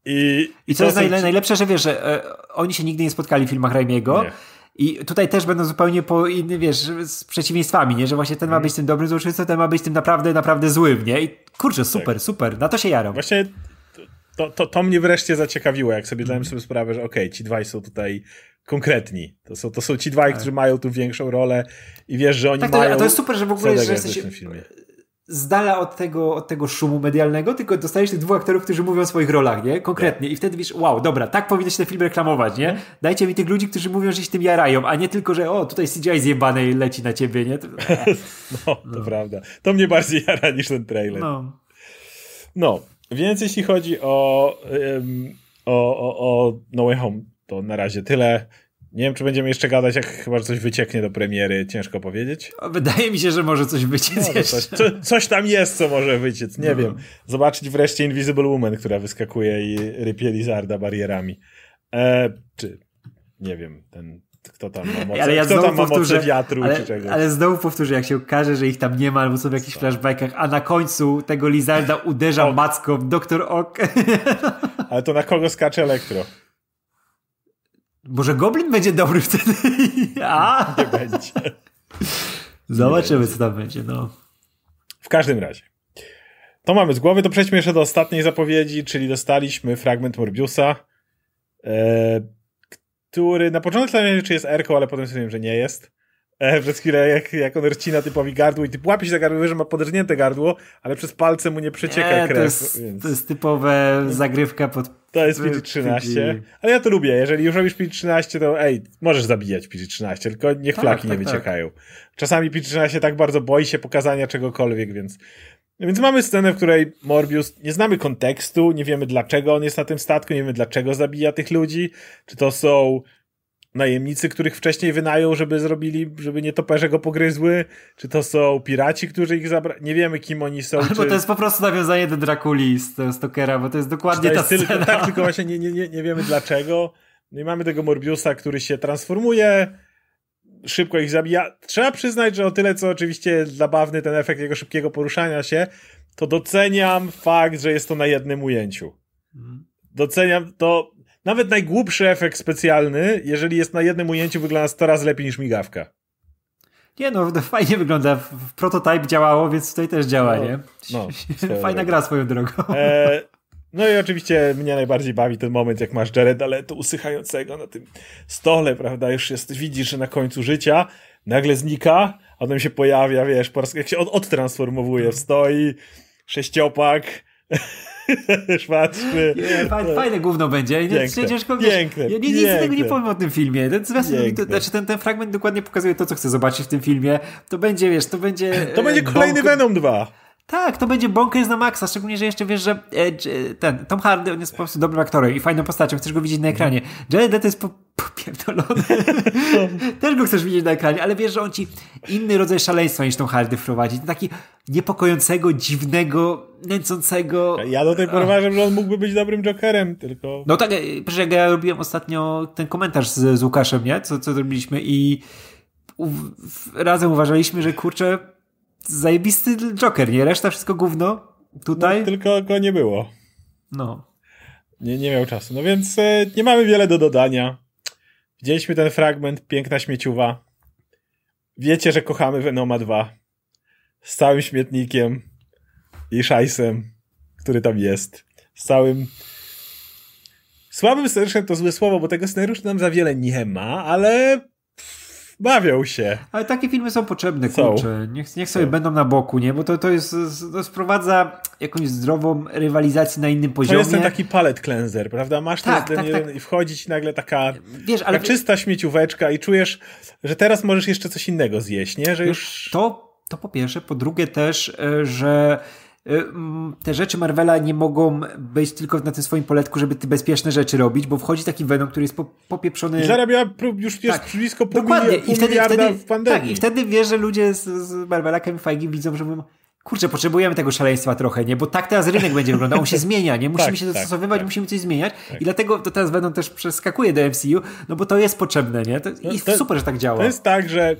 I co jest najlepsze, że wiesz, że oni się nigdy nie spotkali w filmach Raimiego. I tutaj też będą zupełnie po innym, wiesz, z przeciwieństwami, nie? Że właśnie ten ma być tym dobrym złoczyńcą, ten ma być tym naprawdę złym, nie? I kurczę, super, na to się jaram. Właśnie to mnie wreszcie zaciekawiło, jak sobie dałem sobie sprawę, że okej, ci dwaj są tutaj konkretni. To są ci dwaj, którzy mają tu większą rolę i wiesz, że oni mają... To jest super, że w ogóle, że jesteś z dala od tego szumu medialnego, tylko dostajesz tych dwóch aktorów, którzy mówią o swoich rolach, nie? Konkretnie. I wtedy wiesz, wow, dobra, tak powinno się ten film reklamować, nie? Dajcie mi tych ludzi, którzy mówią, że się tym jarają, a nie tylko, że tutaj CGI zjebane leci na ciebie, nie? To prawda. To mnie bardziej jara niż ten trailer. No, więc jeśli chodzi o No Way Home, to na razie tyle. Nie wiem, czy będziemy jeszcze gadać, jak chyba że coś wycieknie do premiery, ciężko powiedzieć. Wydaje mi się, że może coś wyciec jeszcze. Coś tam jest, co może wyciec, nie wiem. Zobaczyć wreszcie Invisible Woman, która wyskakuje i rypie Lizarda barierami. Czy, nie wiem, kto tam ma moce, ale ja kto tam ma moce wiatru czy czegoś. Ale znowu powtórzę, jak się okaże, że ich tam nie ma, albo są w jakichś flashbackach, a na końcu tego Lizarda uderza macką Dr. Ock. Ale to na kogo skacze Elektro? Może Goblin będzie dobry wtedy? Nie będzie. Zobaczymy, co tam będzie, no. W każdym razie. to mamy z głowy, to przejdźmy jeszcze do ostatniej zapowiedzi, czyli dostaliśmy fragment Morbiusa, który na początku zastanawiałem się, czy jest Erką, ale potem stwierdziłem, że nie jest. Przez chwilę, jak on rcina typowi gardło i typ łapie się za gardło, że ma podrżnięte gardło, ale przez palce mu nie przecieka krew. To jest typowe zagrywka pod... To jest PG-13, ale ja to lubię. Jeżeli już robisz PG-13, to możesz zabijać PG-13, tylko niech flaki nie wyciekają. Czasami PG-13 tak bardzo boi się pokazania czegokolwiek, więc mamy scenę, w której Morbius, nie znamy kontekstu, nie wiemy dlaczego on jest na tym statku, nie wiemy dlaczego zabija tych ludzi, czy to są najemnicy, których wcześniej wynajął, żeby nietoperze go pogryzły, czy to są piraci, którzy ich zabrali, nie wiemy kim oni są. Albo to jest po prostu nawiązanie do Drakuli z Stokera, bo to jest dokładnie ta scena. Tak, tylko właśnie nie wiemy dlaczego. No i mamy tego Morbiusa, który się transformuje, szybko ich zabija. Trzeba przyznać, że o tyle, co oczywiście jest zabawny ten efekt jego szybkiego poruszania się, to doceniam fakt, że jest to na jednym ujęciu. Doceniam to. Nawet najgłupszy efekt specjalny, jeżeli jest na jednym ujęciu, wygląda 100 razy lepiej niż migawka. Nie no, fajnie wygląda. Prototype działało, więc tutaj też działa, nie? Fajna gra swoją drogą. No i oczywiście mnie najbardziej bawi ten moment, jak masz Jareda Leto usychającego na tym stole, prawda? Już widzisz, że na końcu życia nagle znika, a potem się pojawia, wiesz, jak się odtransformowuje, stoi, sześciopak, szwadzny. Fajne gówno będzie. Piękne. Ja nic innego nie powiem o tym filmie. Ten fragment dokładnie pokazuje to, co chcę zobaczyć w tym filmie. To będzie, wiesz, to będzie kolejny Venom 2. Tak, to będzie bonkers na maksa, szczególnie, że jeszcze wiesz, że Tom Hardy, on jest po prostu dobrym aktorem i fajną postacią, chcesz go widzieć na ekranie. Jared Leto jest popierdolony. Też go chcesz widzieć na ekranie, ale wiesz, że on ci inny rodzaj szaleństwa niż Tom Hardy wprowadzi. Taki niepokojącego, dziwnego, nęcącego... Ja do tej pory uważam, że on mógłby być dobrym Jokerem, tylko... No tak, przecież jak ja robiłem ostatnio ten komentarz z Łukaszem, nie? Co zrobiliśmy i razem uważaliśmy, że kurczę, zajebisty Joker, nie? Reszta wszystko gówno tutaj. No, tylko go nie było. No. Nie miał czasu. No więc nie mamy wiele do dodania. Widzieliśmy ten fragment, piękna śmieciuwa. Wiecie, że kochamy Venoma 2. Z całym śmietnikiem i szajsem, który tam jest. Z całym... Słabym scenariuszem to złe słowo, bo tego scenariusza nam za wiele nie ma, ale... bawią się. Ale takie filmy są potrzebne, kurczę. Niech sobie będą na boku, nie? Bo to sprowadza jakąś zdrową rywalizację na innym poziomie. To jest ten taki palette cleanser, prawda? Masz tak. i wchodzi ci nagle taka, wiesz, ale czysta śmiecióweczka i czujesz, że teraz możesz jeszcze coś innego zjeść, nie? Że już... To po pierwsze. Po drugie też, że te rzeczy Marvela nie mogą być tylko na tym swoim poletku, żeby te bezpieczne rzeczy robić, bo wchodzi taki Venom, który jest popieprzony... I zarabia już blisko pół miliarda w pandemii. Tak, i wtedy wiesz, że ludzie z Marvela, Kevin Feige widzą, że mówią, kurczę, potrzebujemy tego szaleństwa trochę, nie? Bo tak teraz rynek będzie wyglądał, on się zmienia, nie? Musimy się dostosowywać, musimy coś zmieniać i dlatego to teraz Venom też przeskakuje do MCU, no bo to jest potrzebne, nie? Super, że tak działa. To jest tak, że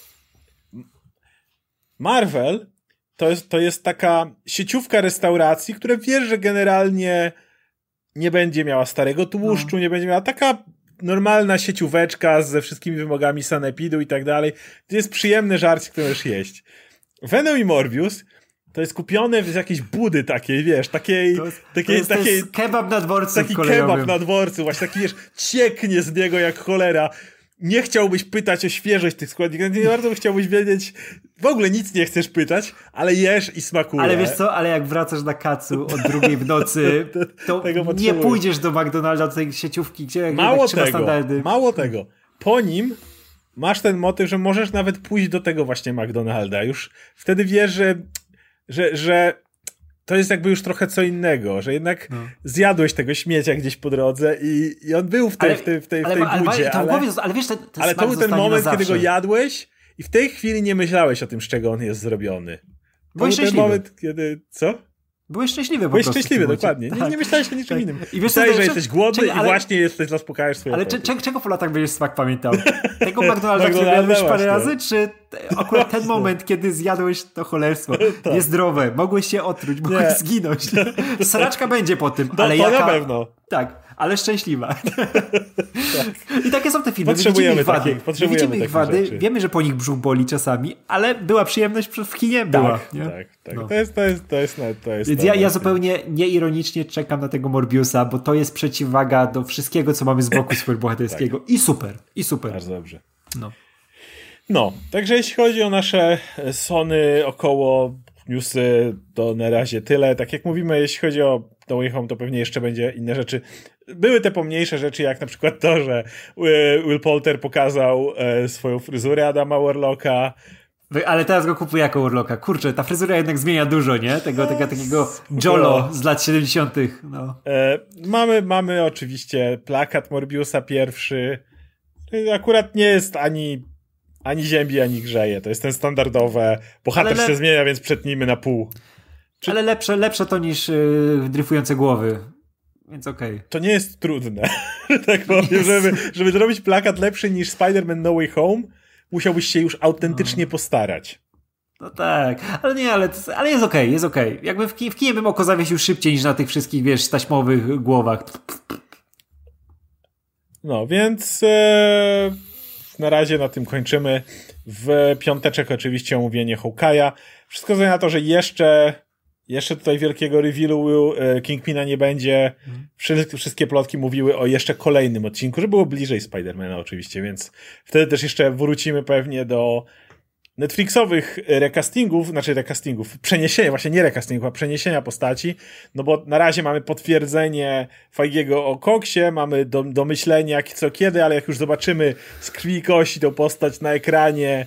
Marvel to jest taka sieciówka restauracji, która wiesz, że generalnie nie będzie miała starego tłuszczu, nie będzie miała taka normalna siecióweczka ze wszystkimi wymogami sanepidu i tak dalej. To jest przyjemny żarcie, który możesz jeść. Venom i Morbius to jest kupione z jakiejś budy takiej, wiesz, takiej... To jest kebab na dworcu taki kebab na dworcu, właśnie taki, wiesz, cieknie z niego jak cholera. Nie chciałbyś pytać o świeżość tych składników, nie bardzo chciałbyś wiedzieć, w ogóle nic nie chcesz pytać, ale jesz i smakuje. Ale wiesz co, ale jak wracasz na kacu od 2 w nocy, to nie pójdziesz do McDonalda, do tej sieciówki, gdzie trzyma standardy. Mało tego. Po nim masz ten motyw, że możesz nawet pójść do tego właśnie McDonalda. Już wtedy wiesz, że to jest jakby już trochę co innego, że jednak zjadłeś tego śmiecia gdzieś po drodze i on był w tej budzie, ale to był ten moment, kiedy go jadłeś i w tej chwili nie myślałeś o tym, z czego on jest zrobiony. Byłeś szczęśliwy. Ten moment, kiedy... Co? Byłeś szczęśliwy Byłeś szczęśliwy, dokładnie. Tak. Nie myślałeś o niczym innym. I myślałeś, że jesteś głodny i właśnie zaspokajasz swoje Ale czego po latach będziesz smak pamiętał? Tego McDonalda, który jadłeś parę razy, czy akurat ten moment, kiedy zjadłeś to cholerstwo, niezdrowe, mogłeś się otruć, mogłeś zginąć. Sraczka będzie po tym, ale to jaka... na pewno. Tak, ale szczęśliwa. I takie są te filmy. Potrzebujemy Widzimy ich wady, rzeczy. wiemy, że po nich brzuch boli czasami, ale była przyjemność w kinie, była. Tak. No. To jest Więc ja zupełnie nieironicznie czekam na tego Morbiusa, bo to jest przeciwwaga do wszystkiego, co mamy z boku superbohaterskiego. Tak. I super. Bardzo dobrze. No, także jeśli chodzi o nasze Sony około newsy, to na razie tyle. Tak jak mówimy, jeśli chodzi o No Way Home, to pewnie jeszcze będzie inne rzeczy. Były te pomniejsze rzeczy, jak na przykład to, że Will Poulter pokazał swoją fryzurę Adama Warlocka. Ale teraz go kupuję jako Warlocka. Kurczę, ta fryzura jednak zmienia dużo, nie? Takiego Jolo z lat 70. No. Mamy oczywiście plakat Morbiusa pierwszy. Akurat nie jest ani ziębi, ani grzeje. To jest ten standardowe. Bohater się zmienia, więc przetnijmy na pół. Ale lepsze to niż dryfujące głowy. Więc okej. To nie jest trudne, tak powiem, żeby zrobić plakat lepszy niż Spider-Man No Way Home, musiałbyś się już autentycznie postarać. No tak, ale jest okej, jest okej. Jakby w kinie bym oko zawiesił szybciej niż na tych wszystkich, wiesz, taśmowych głowach. No, więc na razie na tym kończymy. W piąteczek oczywiście omówienie Hawkeye'a. Wszystko zależy na to, że jeszcze tutaj wielkiego revealu Kingpina nie będzie. Wszystkie plotki mówiły o jeszcze kolejnym odcinku, że było bliżej Spider-Mana oczywiście, więc wtedy też jeszcze wrócimy pewnie do Netflixowych przeniesienia, właśnie nie recastingów, a przeniesienia postaci, no bo na razie mamy potwierdzenie Feigiego o Koksie, mamy do myślenia co kiedy, ale jak już zobaczymy z krwi i kości tą postać na ekranie,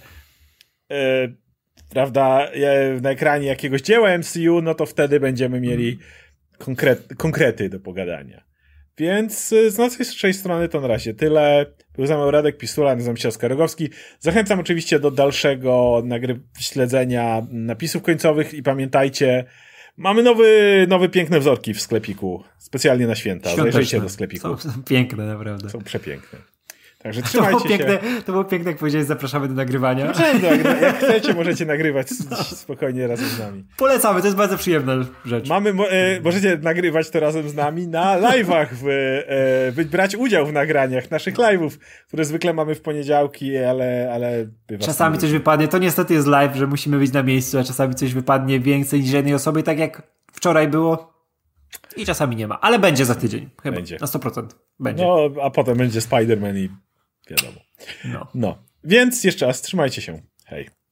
prawda, na ekranie jakiegoś dzieła MCU, no to wtedy będziemy mieli konkrety do pogadania. Więc z naszej strony to na razie tyle. Był ze mną Radek Pisula, nazywam się Oskar Rogowski. Zachęcam oczywiście do dalszego śledzenia napisów końcowych i pamiętajcie, mamy nowe piękne wzorki w sklepiku, specjalnie na święta. Zajrzyjcie do sklepiku. Są piękne, naprawdę. Są przepiękne. Także trzymajcie się. To było piękne, jak powiedziałeś, zapraszamy do nagrywania. Jak chcecie, możecie nagrywać spokojnie razem z nami. Polecamy, to jest bardzo przyjemna rzecz. Możecie nagrywać to razem z nami na live'ach, brać udział w nagraniach naszych live'ów, które zwykle mamy w poniedziałki, ale bywa. Czasami coś wypadnie, to niestety jest live, że musimy być na miejscu, a czasami coś wypadnie więcej niż jednej osoby, tak jak wczoraj było. I czasami nie ma, ale będzie za tydzień. Chyba, będzie. Na 100%. Będzie. No, a potem będzie Spider-Man i wiadomo. No. Więc jeszcze raz, trzymajcie się. Hej.